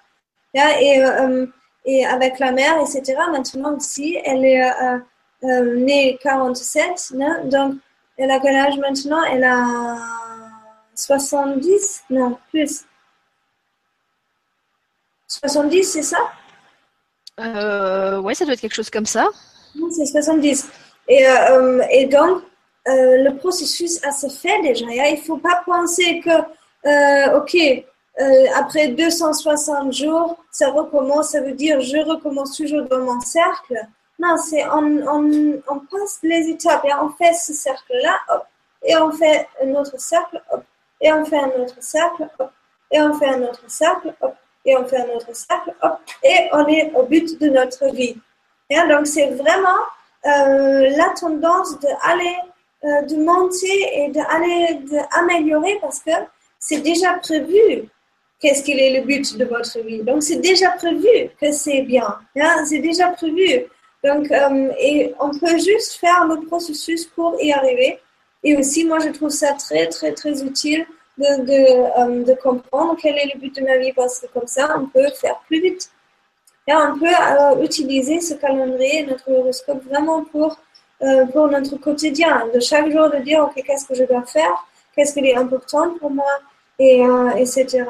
Et avec la mère, etc., maintenant aussi, elle est née 47, donc elle a quel âge maintenant? Elle a 70? Non, plus. 70, c'est ça? Ouais, ça doit être quelque chose comme ça. Non, c'est 70. Et donc, le processus a se fait déjà. Il ne faut pas penser que, OK, après 260 jours, ça recommence, ça veut dire je recommence toujours dans mon cercle. Non, c'est on passe les étapes et on fait ce cercle-là, hop, et on fait un autre cercle, hop, et on fait un autre cercle, hop, et on fait un autre cercle, hop, et on fait un autre cercle, hop, et on est au but de notre vie. Et donc, c'est vraiment la tendance d'aller, de monter et d'améliorer parce que c'est déjà prévu qu'est-ce qu'il est le but de votre vie. Donc, c'est déjà prévu que c'est bien. Hein? C'est déjà prévu. Donc, et on peut juste faire le processus pour y arriver. Et aussi, moi, je trouve ça très, très, très utile de comprendre quel est le but de ma vie parce que comme ça, on peut faire plus vite. Et on peut utiliser ce calendrier, notre horoscope, vraiment pour notre quotidien. De chaque jour, de dire, OK, qu'est-ce que je dois faire? Qu'est-ce qui est important pour moi? Et, etc.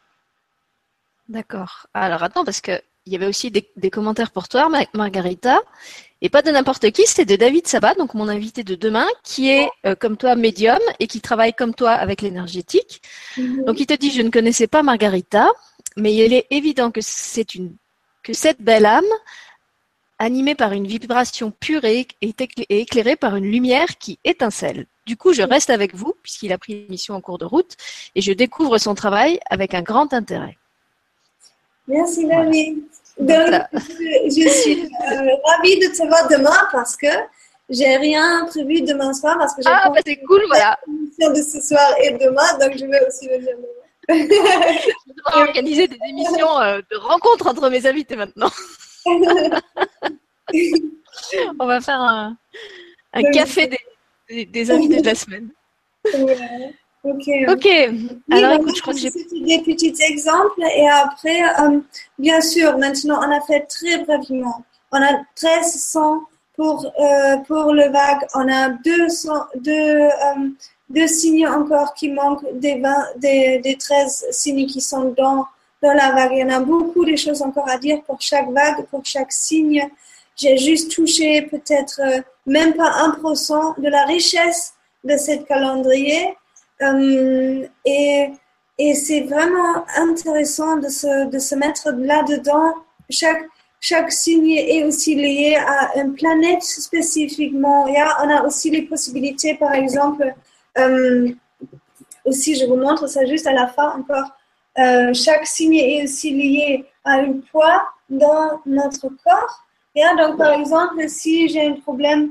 D'accord. Alors attends, parce que il y avait aussi des commentaires pour toi, Margarita, et pas de n'importe qui, c'était de David Sabat, donc mon invité de demain, qui est comme toi médium et qui travaille comme toi avec l'énergétique. Donc il te dit, je ne connaissais pas Margarita, mais il est évident que que cette belle âme, animée par une vibration pure et éclairée par une lumière qui étincelle. Du coup, je reste avec vous, puisqu'il a pris l'émission en cours de route, et je découvre son travail avec un grand intérêt. Merci, David. Donc, je suis ravie de te voir demain parce que j'ai rien prévu demain soir parce que j'ai c'est cool, voilà. L'émission de ce soir et demain, donc je vais aussi venir demain. Je dois organiser des émissions de rencontres entre mes invités maintenant. On va faire un café des invités de la semaine. Ouais. Ok. Alors écoute, je crois que j'ai des petits exemples et après, bien sûr, maintenant on a fait très brièvement. On a 1300 pour le vague. On a 2 signes encore qui manquent des 13 signes qui sont dans la vague. Il y en a beaucoup de choses encore à dire pour chaque vague, pour chaque signe. J'ai juste touché peut-être même pas 1% de la richesse de cette calendrier. Et c'est vraiment intéressant de se mettre là-dedans. Chaque signe est aussi lié à une planète spécifiquement. On a aussi les possibilités, par exemple, aussi je vous montre ça juste à la fin encore. Chaque signe est aussi lié à un poids dans notre corps. Donc, par exemple, si j'ai un problème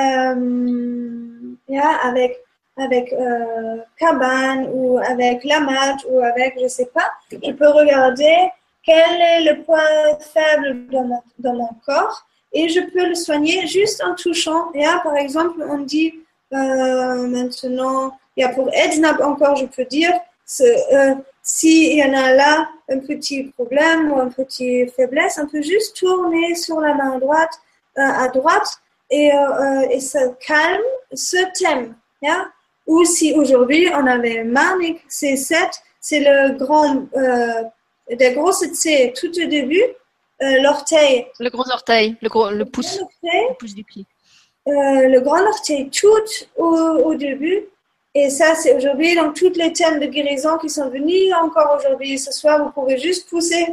avec cabane ou avec la mat ou avec, je sais pas, je peux regarder quel est le point faible dans mon corps et je peux le soigner juste en touchant. Par exemple, on dit maintenant, pour EDSNAP encore, je peux dire, s'il y en a là un petit problème ou une petite faiblesse, on peut juste tourner sur la main droite à droite et ça calme ce thème. Ou si aujourd'hui on avait Marnik C7, c'est le gros C tout au début, l'orteil. Le gros orteil, le pouce, le pouce du pied. Le grand orteil tout au début. Et ça, c'est aujourd'hui, donc toutes les thèmes de guérison qui sont venus encore aujourd'hui, ce soir, vous pouvez juste pousser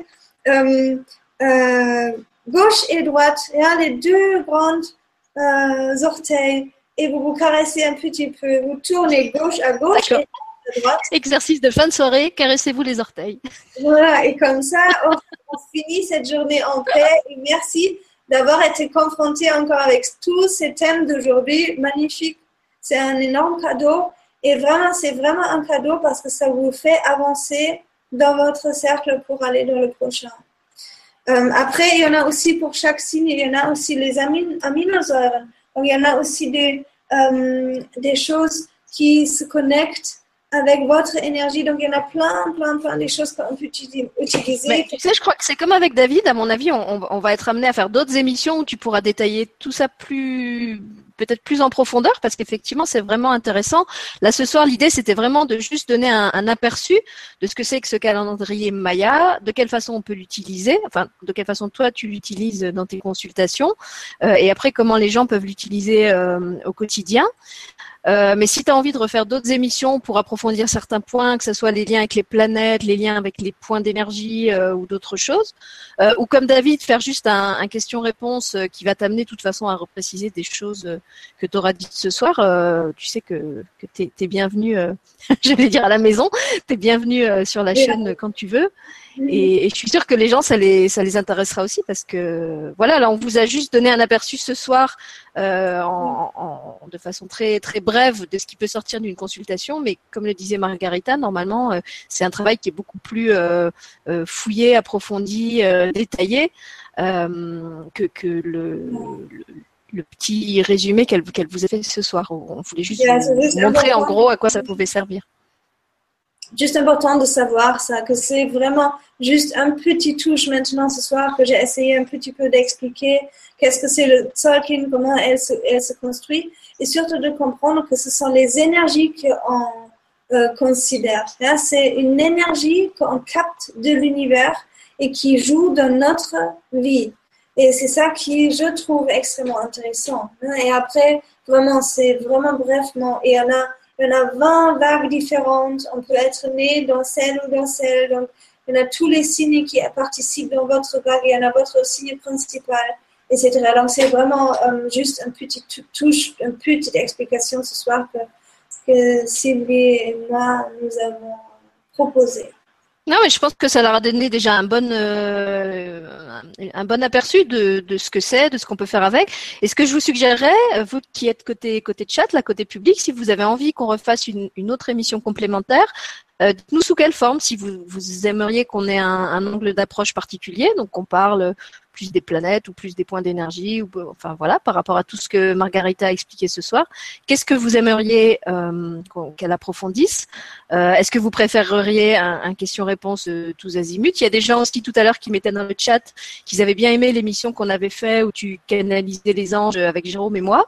gauche et droite, les 2 grandes orteils, et vous caressez un petit peu, vous tournez gauche à gauche et à droite. Exercice de fin de soirée, caressez-vous les orteils. Voilà, et comme ça, on finit cette journée en paix, et merci d'avoir été confronté encore avec tous ces thèmes d'aujourd'hui, magnifique. C'est un énorme cadeau. Et vraiment, c'est vraiment un cadeau parce que ça vous fait avancer dans votre cercle pour aller dans le prochain. Après, il y en a aussi pour chaque signe, il y en a aussi les aminosäuren. Donc, il y en a aussi des choses qui se connectent avec votre énergie. Donc, il y en a plein de choses qu'on peut utiliser. Mais, tu sais, je crois que c'est comme avec David. À mon avis, on va être amené à faire d'autres émissions où tu pourras détailler tout ça plus peut-être plus en profondeur parce qu'effectivement, c'est vraiment intéressant. Là, ce soir, l'idée, c'était vraiment de juste donner un aperçu de ce que c'est que ce calendrier Maya, de quelle façon on peut l'utiliser, enfin, de quelle façon toi, tu l'utilises dans tes consultations, et après, comment les gens peuvent l'utiliser au quotidien. Mais si tu as envie de refaire d'autres émissions pour approfondir certains points, que ce soit les liens avec les planètes, les liens avec les points d'énergie ou d'autres choses, ou comme David, faire juste un question-réponse qui va t'amener de toute façon à repréciser des choses que tu auras dites ce soir, tu sais que tu es bienvenu, je vais dire à la maison, tu es bienvenu sur la chaîne quand tu veux. Et je suis sûre que les gens, ça les intéressera aussi parce que voilà, là, on vous a juste donné un aperçu ce soir de façon très très brève de ce qui peut sortir d'une consultation, mais comme le disait Margarita, normalement, c'est un travail qui est beaucoup plus fouillé, approfondi, détaillé que le petit résumé qu'elle vous a fait ce soir. On voulait juste vous montrer en gros à quoi ça pouvait servir. Juste important de savoir ça, que c'est vraiment juste un petit touche maintenant ce soir que j'ai essayé un petit peu d'expliquer qu'est-ce que c'est le Tzolk'in, comment elle se construit, et surtout de comprendre que ce sont les énergies qu'on considère. Là, c'est une énergie qu'on capte de l'univers et qui joue dans notre vie. Et c'est ça qui, je trouve, extrêmement intéressant. Et après, vraiment, c'est vraiment brièvement, et il y en a 20 vagues différentes. On peut être né dans celle ou dans celle. Donc, il y en a tous les signes qui participent dans votre vague. Il y en a votre signe principal, etc. Donc, c'est vraiment juste une petite touche, une petite explication ce soir que Sylvie et moi, nous avons proposé. Non, mais je pense que ça leur a donné déjà un bon aperçu de ce que c'est, de ce qu'on peut faire avec. Et ce que je vous suggérerais, vous qui êtes côté chat, là, côté public, si vous avez envie qu'on refasse une autre émission complémentaire, dites-nous sous quelle forme, si vous aimeriez qu'on ait un angle d'approche particulier, donc qu'on parle plus des planètes ou plus des points d'énergie, ou enfin voilà, par rapport à tout ce que Margarita a expliqué ce soir. Qu'est-ce que vous aimeriez qu'elle approfondisse? Est-ce que vous préféreriez un question-réponse tous azimuts? Il y a des gens aussi tout à l'heure qui mettaient dans le chat qu'ils avaient bien aimé l'émission qu'on avait fait où tu canalisais les anges avec Jérôme et moi.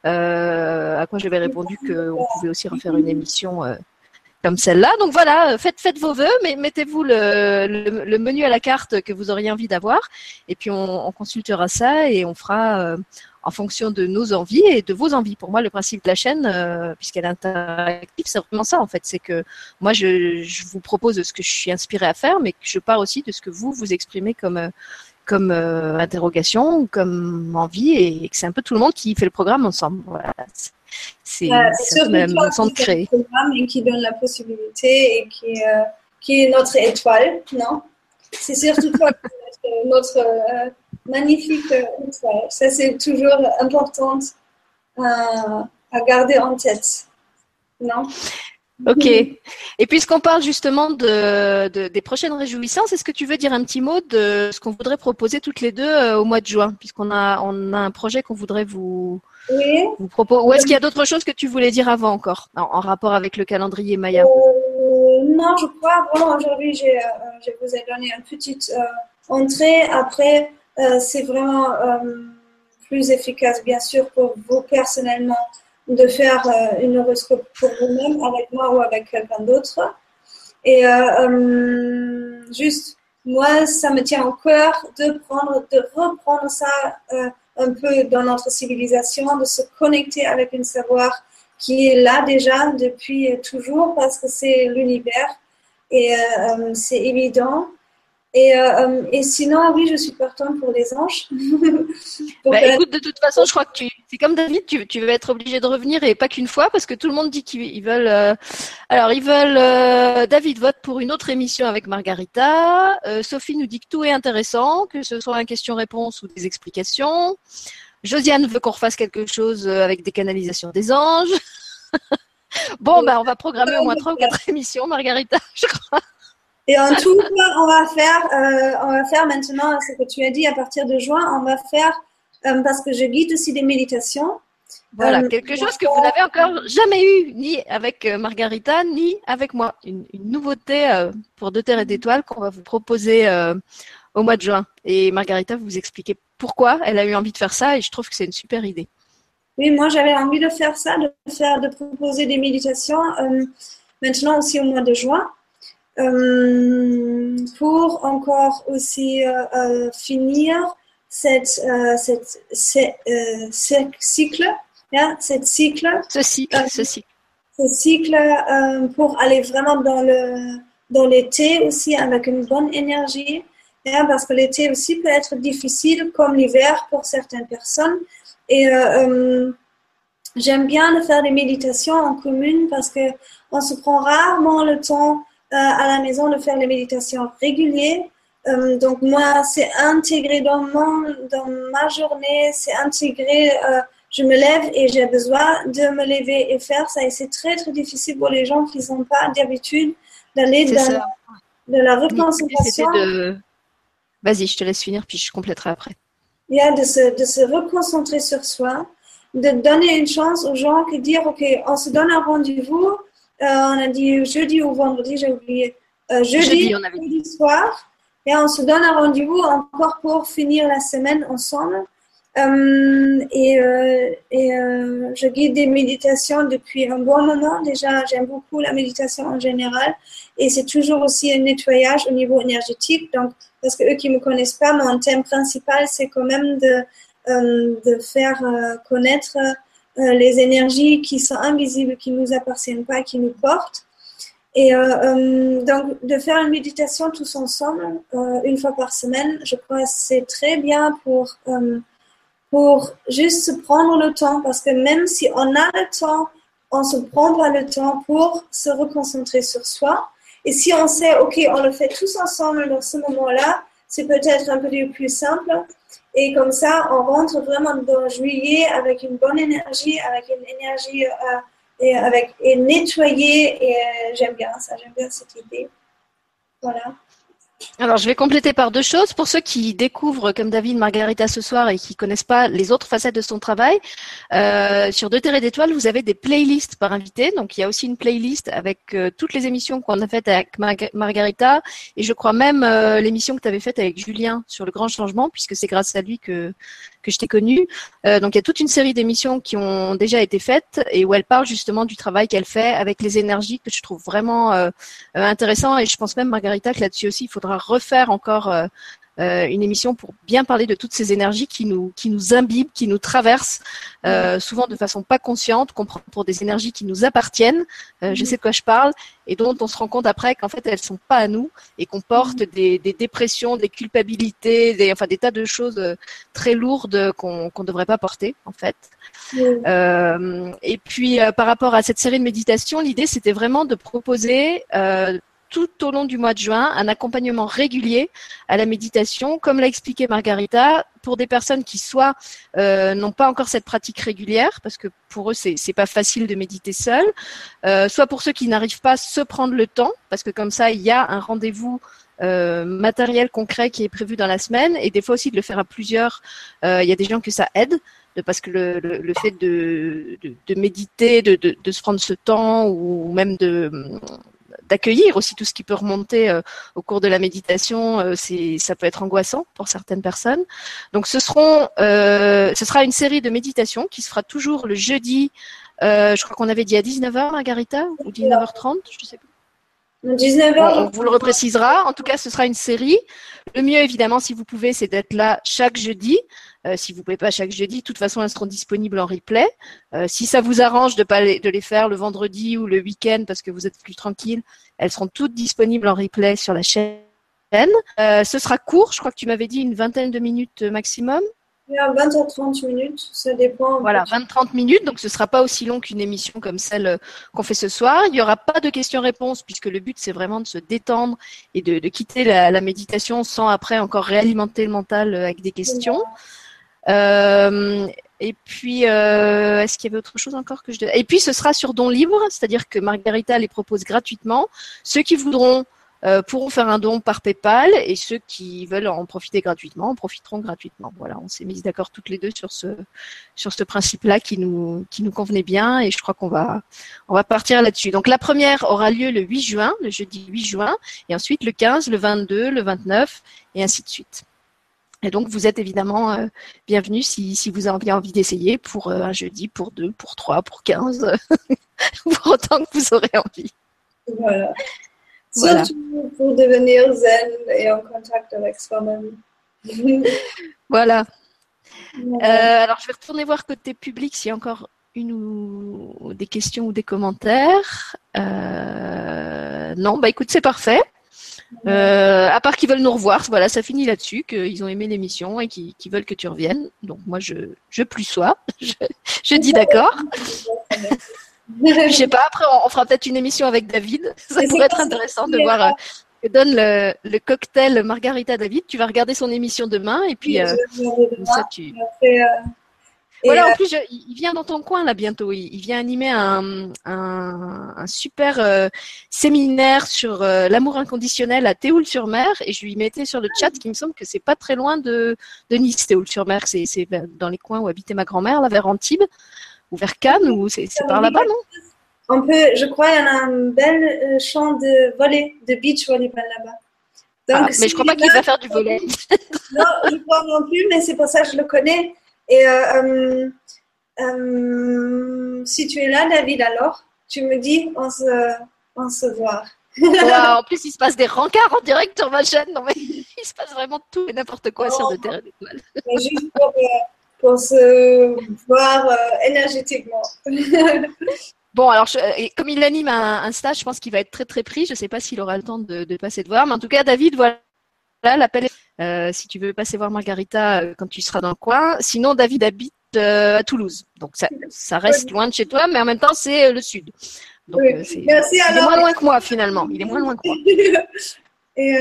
À quoi j'avais répondu qu'on pouvait aussi refaire une émission comme celle-là. Donc voilà, faites vos vœux, mais mettez-vous le menu à la carte que vous auriez envie d'avoir, et puis on consultera ça et on fera en fonction de nos envies et de vos envies. Pour moi, le principe de la chaîne, puisqu'elle est interactive, c'est vraiment ça en fait. C'est que moi, je vous propose ce que je suis inspirée à faire, mais que je pars aussi de ce que vous exprimez comme interrogation ou comme envie, et que c'est un peu tout le monde qui fait le programme ensemble. Voilà. C'est même façon de créer. Programme et qui donne la possibilité et qui est notre étoile, non? C'est surtout toi qui es notre magnifique étoile. Ça, c'est toujours important à garder en tête, non? Ok. Et puisqu'on parle justement des prochaines réjouissances, est-ce que tu veux dire un petit mot de ce qu'on voudrait proposer toutes les deux au mois de juin, puisqu'on a un projet qu'on voudrait vous proposer. Ou est-ce qu'il y a d'autres choses que tu voulais dire avant encore, en rapport avec le calendrier Maya? Non, je crois vraiment aujourd'hui, je vous ai donné une petite entrée. Après, c'est vraiment plus efficace, bien sûr, pour vous personnellement, de faire une horoscope pour vous-même, avec moi ou avec quelqu'un d'autre. Et juste, moi, ça me tient au cœur de reprendre ça un peu dans notre civilisation, de se connecter avec un savoir qui est là déjà depuis toujours, parce que c'est l'univers et c'est évident. Et sinon, oui, je suis partante pour les anges. Donc, écoute, de toute façon, je crois que c'est comme David, tu vas être obligé de revenir, et pas qu'une fois, parce que tout le monde dit qu'ils veulent. David vote pour une autre émission avec Margarita. Sophie nous dit que tout est intéressant, que ce soit une question-réponse ou des explications. Josiane veut qu'on refasse quelque chose avec des canalisations des anges. Bon, on va programmer au moins 3 ou 4 émissions, Margarita, je crois. Et en tout cas, on va faire maintenant ce que tu as dit à partir de juin. On va faire, parce que je guide aussi des méditations. Voilà, quelque chose que vous n'avez encore jamais eu, ni avec Margarita, ni avec moi. Une nouveauté pour Deux Terres et d'Étoiles qu'on va vous proposer au mois de juin. Et Margarita vous expliquer pourquoi elle a eu envie de faire ça, et je trouve que c'est une super idée. Oui, moi j'avais envie de faire ça, de proposer des méditations maintenant aussi au mois de juin. Pour encore aussi finir ce cycle, yeah, Ce cycle, ce cycle. ce cycle pour aller vraiment dans l'été aussi avec une bonne énergie, yeah, parce que l'été aussi peut être difficile comme l'hiver pour certaines personnes. Et j'aime bien de faire des méditations en commune parce que on se prend rarement le temps à la maison de faire les méditations régulières. Donc moi, c'est intégré dans ma journée, c'est intégré. Je me lève et j'ai besoin de me lever et faire ça. Et c'est très très difficile pour les gens qui n'ont pas d'habitude d'aller dans de la reconcentration. Vas-y, je te laisse finir puis je compléterai après. Il y a de se reconcentrer sur soi, de donner une chance aux gens qui disent ok, on se donne un rendez-vous. On a dit jeudi ou vendredi, j'ai oublié. Jeudi soir. Et on se donne un rendez-vous encore pour finir la semaine ensemble. Je guide des méditations depuis un bon moment. Déjà, j'aime beaucoup la méditation en général. Et c'est toujours aussi un nettoyage au niveau énergétique. Donc, parce que eux qui me connaissent pas, mon thème principal, c'est quand même de faire connaître les énergies qui sont invisibles, qui nous appartiennent pas, qui nous portent. Et donc, de faire une méditation tous ensemble, une fois par semaine, je crois que c'est très bien pour juste se prendre le temps, parce que même si on a le temps, on se prend pas le temps pour se reconcentrer sur soi. Et si on sait, ok, on le fait tous ensemble dans ce moment-là, c'est peut-être un peu plus simple. Et comme ça, on rentre vraiment dans juillet avec une bonne énergie, avec une énergie et nettoyer. Et j'aime bien ça, j'aime bien cette idée. Voilà. Alors, je vais compléter par deux choses. Pour ceux qui découvrent, comme David, Margarita ce soir et qui connaissent pas les autres facettes de son travail, sur De Terre et d'Étoiles, vous avez des playlists par invité. Donc, il y a aussi une playlist avec toutes les émissions qu'on a faites avec Margarita et je crois même l'émission que tu avais faite avec Julien sur le grand changement, puisque c'est grâce à lui que je t'ai connu. Donc, il y a toute une série d'émissions qui ont déjà été faites et où elle parle justement du travail qu'elle fait avec les énergies que je trouve vraiment intéressant. Et je pense même, Margarita, que là-dessus aussi, il faudra refaire encore une émission pour bien parler de toutes ces énergies qui nous imbibent, qui nous traversent, souvent de façon pas consciente, qu'on prend pour des énergies qui nous appartiennent. Je sais de quoi je parle et dont on se rend compte après qu'en fait elles sont pas à nous et qu'on porte des dépressions, des culpabilités, des tas de choses très lourdes qu'on devrait pas porter en fait. Et puis par rapport à cette série de méditation, l'idée c'était vraiment de proposer tout au long du mois de juin, un accompagnement régulier à la méditation, comme l'a expliqué Margarita, pour des personnes qui soit n'ont pas encore cette pratique régulière, parce que pour eux c'est pas facile de méditer seul, soit pour ceux qui n'arrivent pas à se prendre le temps, parce que comme ça il y a un rendez-vous matériel concret qui est prévu dans la semaine, et des fois aussi de le faire à plusieurs. Il y a des gens que ça aide. Parce que le fait de méditer, de se prendre ce temps, ou même d'accueillir aussi tout ce qui peut remonter au cours de la méditation, ça peut être angoissant pour certaines personnes. Donc ce sera une série de méditations qui se fera toujours le jeudi, je crois qu'on avait dit à 19h, Margarita, ou 19h30, je sais pas. 19h. On vous le reprécisera. En tout cas, ce sera une série. Le mieux, évidemment, si vous pouvez, c'est d'être là chaque jeudi. Si vous ne pouvez pas chaque jeudi, de toute façon, elles seront disponibles en replay. Si ça vous arrange de les faire le vendredi ou le week-end parce que vous êtes plus tranquille, elles seront toutes disponibles en replay sur la chaîne. Ce sera court. Je crois que tu m'avais dit une vingtaine de minutes maximum. 20 à 30 minutes, ça dépend. Voilà, 20-30 minutes, donc ce ne sera pas aussi long qu'une émission comme celle qu'on fait ce soir. Il n'y aura pas de questions-réponses puisque le but c'est vraiment de se détendre et de quitter la méditation sans après encore réalimenter le mental avec des questions. Et puis, est-ce qu'il y avait autre chose encore que je devais... Et puis, ce sera sur don libre, c'est-à-dire que Margarita les propose gratuitement. Ceux qui voudront pourront faire un don par PayPal et ceux qui veulent en profiter gratuitement en profiteront gratuitement. Voilà, on s'est mis d'accord toutes les deux sur ce principe-là qui nous convenait bien et je crois qu'on va partir là-dessus. Donc la première aura lieu le 8 juin, le jeudi 8 juin, et ensuite le 15, le 22, le 29 et ainsi de suite. Et donc, vous êtes évidemment bienvenus si vous avez envie d'essayer pour un jeudi, pour 2, pour 3, pour 15, pour autant que vous aurez envie. Voilà. Voilà. Surtout pour devenir zen et en contact avec soi-même. Voilà. Voilà. Alors, je vais retourner voir côté public s'il y a encore une ou des questions ou des commentaires. Non, bah écoute, c'est parfait. À part qu'ils veulent nous revoir, voilà, ça finit là-dessus, qu'ils ont aimé l'émission et qu'ils veulent que tu reviennes. Donc moi, je plus sois, je dis d'accord. Je sais pas, après on fera peut-être une émission avec David. Ça pourrait être intéressant de voir que donne le cocktail Margarita David. Tu vas regarder son émission demain et puis ça tu. Voilà, en plus, il vient dans ton coin là bientôt. Il vient animer un super séminaire sur l'amour inconditionnel à Théoul-sur-Mer et je lui mettais sur le chat qu'il me semble que c'est pas très loin de Nice, Théoul-sur-Mer. C'est dans les coins où habitait ma grand-mère, là vers Antibes ou vers Cannes ou c'est par là-bas, non? On peut, je crois, il y en a un bel champ de volley, de beach volleyball là-bas. Donc, mais je crois pas qu'il va faire du volley. Non, je crois non plus, mais c'est pour ça que je le connais. Et si tu es là, David, alors, tu me dis, on se voit. Wow, en plus, il se passe des rencarts en direct sur ma chaîne. Non, mais il se passe vraiment tout et n'importe quoi sur de Terre et d'Étoiles. Juste pour se voir énergétiquement. Bon, alors, comme il anime un stage, je pense qu'il va être très, très pris. Je ne sais pas s'il aura le temps de passer te voir. Mais en tout cas, David, voilà, l'appel est si tu veux passer voir Margarita quand tu seras dans le coin. Sinon, David habite à Toulouse. Donc, ça reste loin de chez toi, mais en même temps, c'est le sud. Donc, oui. Merci, il est moins loin que moi, finalement. Il est moins loin que moi. Et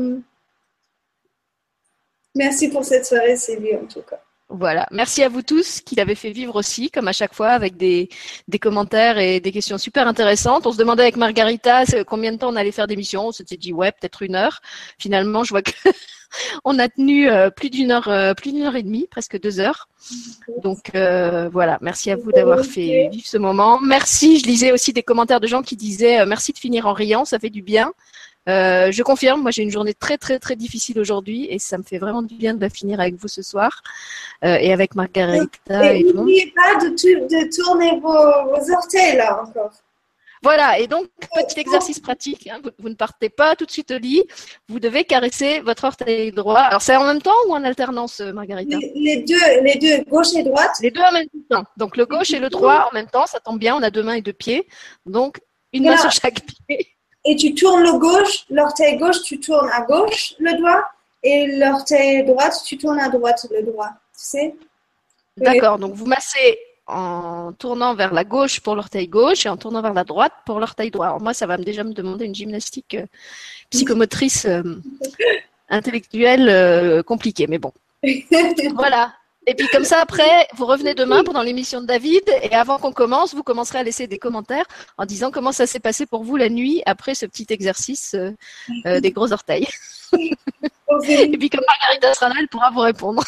merci pour cette soirée, Sylvie, en tout cas. Voilà. Merci à vous tous qui l'avez fait vivre aussi, comme à chaque fois, avec des commentaires et des questions super intéressantes. On se demandait avec Margarita combien de temps on allait faire d'émission. On s'était dit, ouais, peut-être 1 heure. Finalement, je vois que on a tenu plus d'une heure et demie, presque 2 heures. Donc, voilà. Merci à vous d'avoir fait vivre ce moment. Merci. Je lisais aussi des commentaires de gens qui disaient, merci de finir en riant, ça fait du bien. Je confirme, moi j'ai une journée très très très difficile aujourd'hui et ça me fait vraiment du bien de la finir avec vous ce soir et avec Margarita et tout. N'oubliez pas de tourner vos orteils là encore. Voilà, et donc petit exercice pratique, hein, vous ne partez pas tout de suite au lit, vous devez caresser votre orteil droit. Alors c'est en même temps ou en alternance, Margarita? Les deux, gauche et droite. Les deux en même temps. Donc le gauche et le droit en même temps, ça tombe bien, on a 2 mains et 2 pieds, donc une main sur chaque pied. Et tu tournes l'orteil gauche, tu tournes à gauche le doigt, et l'orteil droite, tu tournes à droite le doigt. Tu sais? D'accord, donc vous massez en tournant vers la gauche pour l'orteil gauche et en tournant vers la droite pour l'orteil droit. Alors moi, ça va déjà me demander une gymnastique psychomotrice intellectuelle compliquée, mais bon. Voilà. Et puis comme ça, après, vous revenez demain pendant l'émission de David et avant qu'on commence, vous commencerez à laisser des commentaires en disant comment ça s'est passé pour vous la nuit après ce petit exercice des gros orteils. Et puis comme Margarita sera là, elle pourra vous répondre.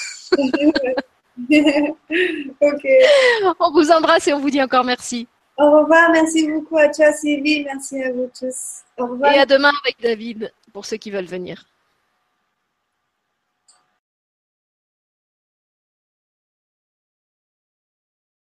Ok. On vous embrasse et on vous dit encore merci. Au revoir, merci beaucoup à toi Sylvie, merci à vous tous. Au revoir. Et à demain avec David pour ceux qui veulent venir.